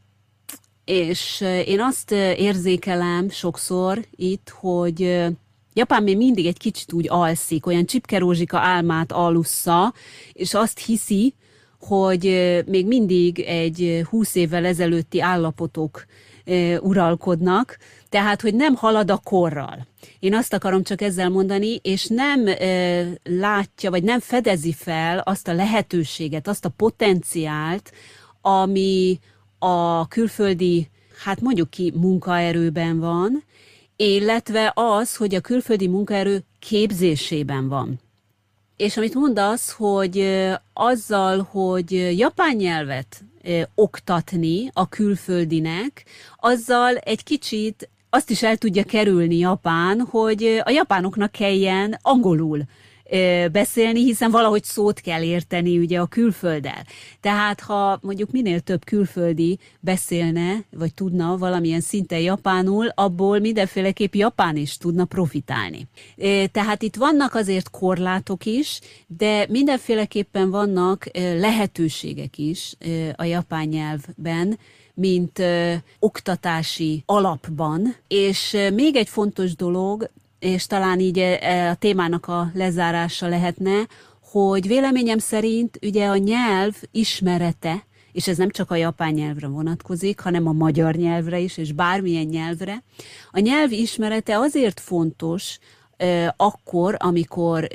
én azt érzékelem sokszor itt, hogy Japán még mindig egy kicsit úgy alszik, olyan csipkerózsika álmát alussza, és azt hiszi, hogy még mindig egy 20 évvel ezelőtti állapotok uralkodnak, tehát, hogy nem halad a korral. Én azt akarom csak ezzel mondani, és nem látja, vagy nem fedezi fel azt a lehetőséget, azt a potenciált, ami a külföldi, hát mondjuk ki, munkaerőben van, illetve az, hogy a külföldi munkaerő képzésében van. És amit mondasz, hogy azzal, hogy japán nyelvet oktatni a külföldinek, azzal egy kicsit azt is el tudja kerülni Japán, hogy a japánoknak kelljen angolul beszélni, hiszen valahogy szót kell érteni ugye a külfölddel. Tehát ha mondjuk minél több külföldi beszélne, vagy tudna valamilyen szinten japánul, abból mindenféleképp Japán is tudna profitálni. Tehát itt vannak azért korlátok is, de mindenféleképpen vannak lehetőségek is a japán nyelvben, mint oktatási alapban. És még egy fontos dolog, és talán így a témának a lezárása lehetne, hogy véleményem szerint ugye a nyelv ismerete, és ez nem csak a japán nyelvre vonatkozik, hanem a magyar nyelvre is, és bármilyen nyelvre. A nyelv ismerete azért fontos akkor, amikor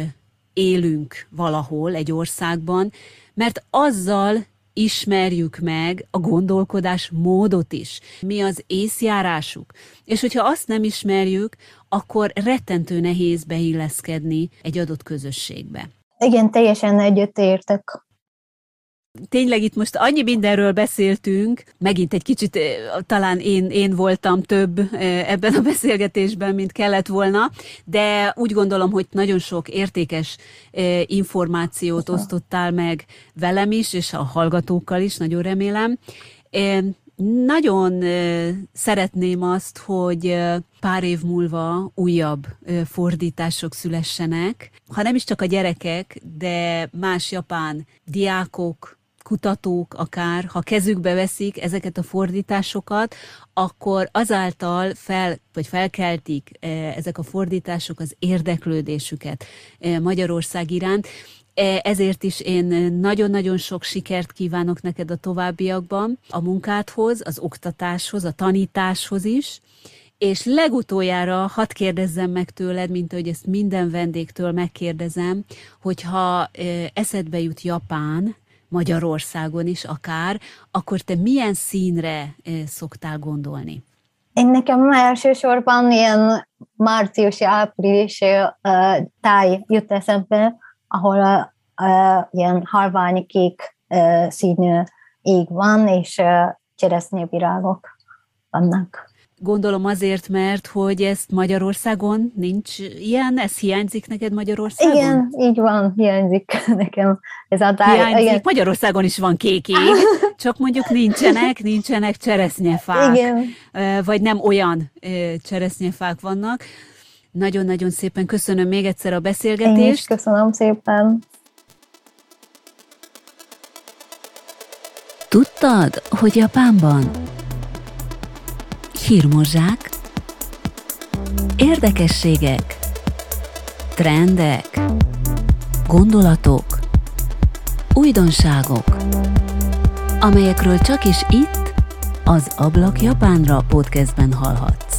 élünk valahol egy országban, mert azzal ismerjük meg a gondolkodás módot is. Mi az észjárásuk. És hogyha azt nem ismerjük, akkor rettentő nehéz beilleszkedni egy adott közösségbe. Igen, teljesen egyetértek. Tényleg itt most annyi mindenről beszéltünk, megint egy kicsit talán én voltam több ebben a beszélgetésben, mint kellett volna, de úgy gondolom, hogy nagyon sok értékes információt osztottál meg velem is, és a hallgatókkal is, nagyon remélem. Nagyon szeretném azt, hogy pár év múlva újabb fordítások szülessenek, ha nem is csak a gyerekek, de más japán diákok, kutatók akár, ha kezükbe veszik ezeket a fordításosokat, akkor azáltal felkeltik ezek a fordítások az érdeklődésüket Magyarország iránt. Ezért is én nagyon-nagyon sok sikert kívánok neked a továbbiakban, a munkádhoz, az oktatáshoz, a tanításhoz is, és legutoljára hadd kérdezzem meg tőled, mint ahogy ezt minden vendégtől megkérdezem, hogyha eszedbe jut Japán, Magyarországon is akár, akkor te milyen színre szoktál gondolni? Nekem elsősorban ilyen márciusi-áprilisi táj jut eszembe, ahol ilyen halványkék színű ég van, és cseresznyevirágok vannak. Gondolom azért, mert hogy ezt Magyarországon nincs ilyen, ez hiányzik neked Magyarországon? Igen, így van, hiányzik nekem ez a táj. Hiányzik, igen. Magyarországon is van kék ég, csak mondjuk nincsenek cseresznyefák, Igen. Vagy nem olyan cseresznyefák vannak. Nagyon-nagyon szépen köszönöm még egyszer a beszélgetést. Én is köszönöm szépen. Tudtad, hogy Japánban hírmozsák, érdekességek, trendek, gondolatok, újdonságok, amelyekről csak is itt, az Ablak Japánra podcastben hallhatsz.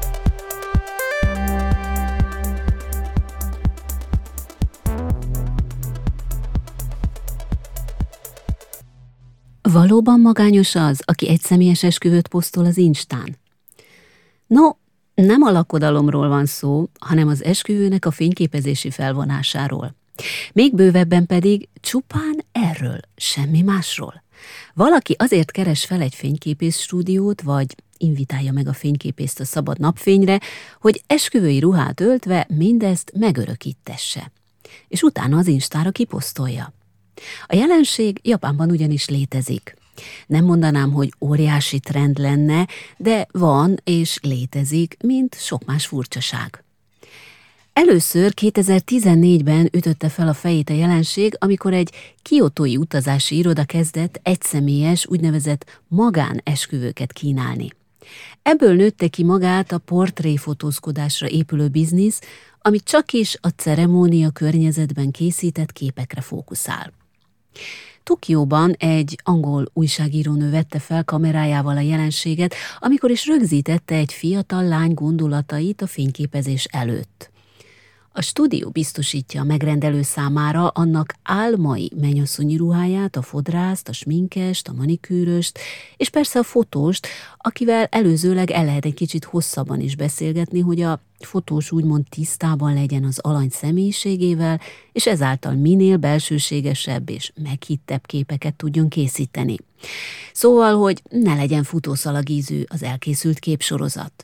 Valóban magányos az, aki egyszemélyes esküvőt posztol az Instán? No, nem a lakodalomról van szó, hanem az esküvőnek a fényképezési felvonásáról. Még bővebben pedig csupán erről, semmi másról. Valaki azért keres fel egy fényképész stúdiót, vagy invitálja meg a fényképészt a szabad napfényre, hogy esküvői ruhát öltve mindezt megörökítesse. És utána az Instára kiposztolja. A jelenség Japánban ugyanis létezik. Nem mondanám, hogy óriási trend lenne, de van és létezik, mint sok más furcsaság. Először 2014-ben ütötte fel a fejét a jelenség, amikor egy kiotói utazási iroda kezdett egyszemélyes, úgynevezett magánesküvőket kínálni. Ebből nőtte ki magát a portréfotózkodásra épülő biznisz, ami csakis a ceremónia környezetben készített képekre fókuszál. Tokióban egy angol újságírónő vette fel kamerájával a jelenséget, amikor is rögzítette egy fiatal lány gondolatait a fényképezés előtt. A stúdió biztosítja a megrendelő számára annak álmai mennyasszonyi ruháját, a fodrászt, a sminkest, a manikűröst, és persze a fotóst, akivel előzőleg el lehet egy kicsit hosszabban is beszélgetni, hogy a fotós úgymond tisztában legyen az alany személyiségével, és ezáltal minél belsőségesebb és meghittebb képeket tudjon készíteni. Szóval, hogy ne legyen futószalagízű az elkészült képsorozat.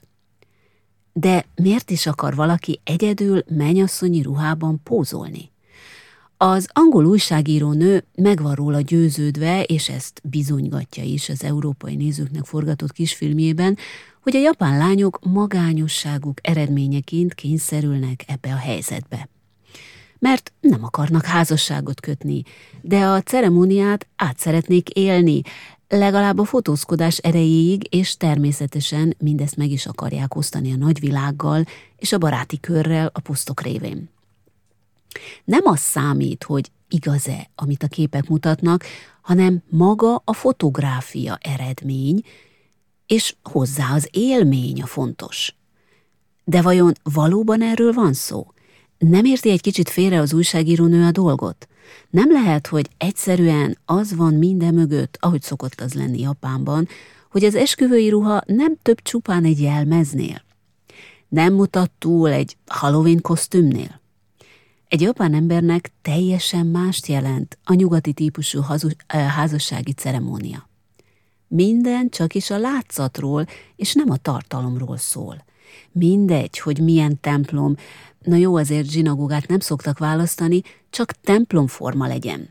De miért is akar valaki egyedül mennyasszonyi ruhában pózolni? Az angol újságírónő meg van róla győződve, és ezt bizonygatja is az európai nézőknek forgatott kisfilmjében, hogy a japán lányok magányosságuk eredményeként kényszerülnek ebbe a helyzetbe. Mert nem akarnak házasságot kötni, de a ceremóniát át szeretnék élni, legalább a fotózkodás erejéig, és természetesen mindezt meg is akarják osztani a nagyvilággal és a baráti körrel a posztok révén. Nem az számít, hogy igaz-e, amit a képek mutatnak, hanem maga a fotográfia eredmény, és hozzá az élmény a fontos. De vajon valóban erről van szó? Nem érti egy kicsit félre az újságírónő a dolgot? Nem lehet, hogy egyszerűen az van minden mögött, ahogy szokott az lenni Japánban, hogy az esküvői ruha nem több csupán egy jelmeznél. Nem mutat túl egy Halloween kosztümnél. Egy japán embernek teljesen mást jelent a nyugati típusú házassági ceremónia. Minden csak is a látszatról, és nem a tartalomról szól. Mindegy, hogy milyen templom, na jó, azért zsinagógát nem szoktak választani, csak templomforma legyen.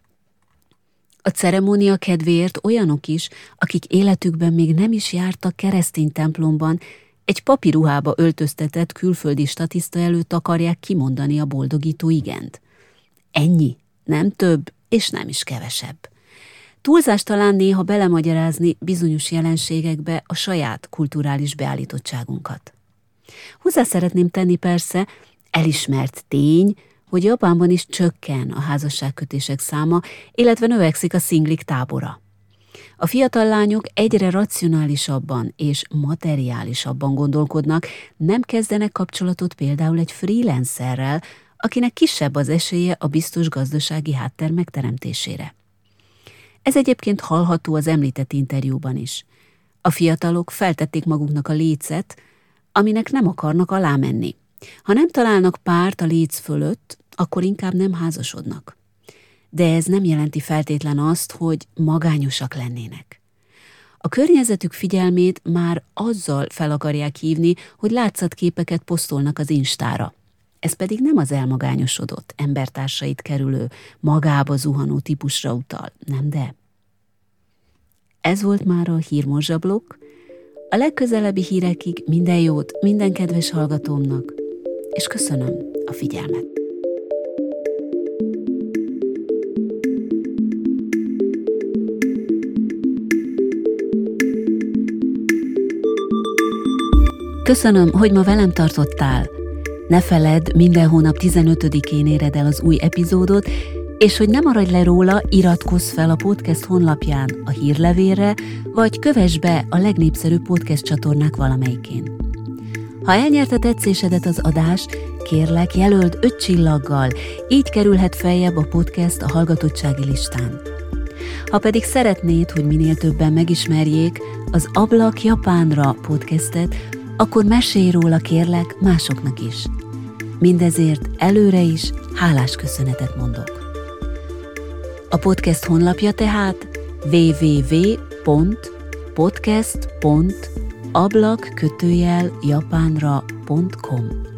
A ceremónia kedvéért olyanok is, akik életükben még nem is jártak keresztény templomban, egy papiruhába öltöztetett külföldi statiszta előtt akarják kimondani a boldogító igent. Ennyi, nem több és nem is kevesebb. Túlzás talán néha belemagyarázni bizonyos jelenségekbe a saját kulturális beállítottságunkat. Hozzá szeretném tenni persze, elismert tény, hogy Japánban is csökken a házasságkötések száma, illetve növekszik a szinglik tábora. A fiatal lányok egyre racionálisabban és materiálisabban gondolkodnak, nem kezdenek kapcsolatot például egy freelancerrel, akinek kisebb az esélye a biztos gazdasági háttér megteremtésére. Ez egyébként hallható az említett interjúban is. A fiatalok feltették maguknak a lécet, aminek nem akarnak alámenni. Ha nem találnak párt a léc fölött, akkor inkább nem házasodnak. De ez nem jelenti feltétlen azt, hogy magányosak lennének. A környezetük figyelmét már azzal fel akarják hívni, hogy látszatképeket posztolnak az Instára. Ez pedig nem az elmagányosodott, embertársait kerülő, magába zuhanó típusra utal, nem de? Ez volt már a Hírmorzsablok. A legközelebbi hírekig minden jót minden kedves hallgatómnak, és köszönöm a figyelmet. Köszönöm, hogy ma velem tartottál. Ne feledd, minden hónap 15-én éred el az új epizódot, és hogy ne maradj le róla, iratkozz fel a podcast honlapján a hírlevélre, vagy kövess be a legnépszerűbb podcast csatornák valamelyikén. Ha elnyerte tetszésedet az adás, kérlek, jelöld 5 csillaggal, így kerülhet feljebb a podcast a hallgatottsági listán. Ha pedig szeretnéd, hogy minél többen megismerjék az Ablak Japánra podcastet, akkor mesélj róla, kérlek, másoknak is. Mindezért előre is hálás köszönetet mondok. A podcast honlapja tehát www.podcast.ablak-japánra.com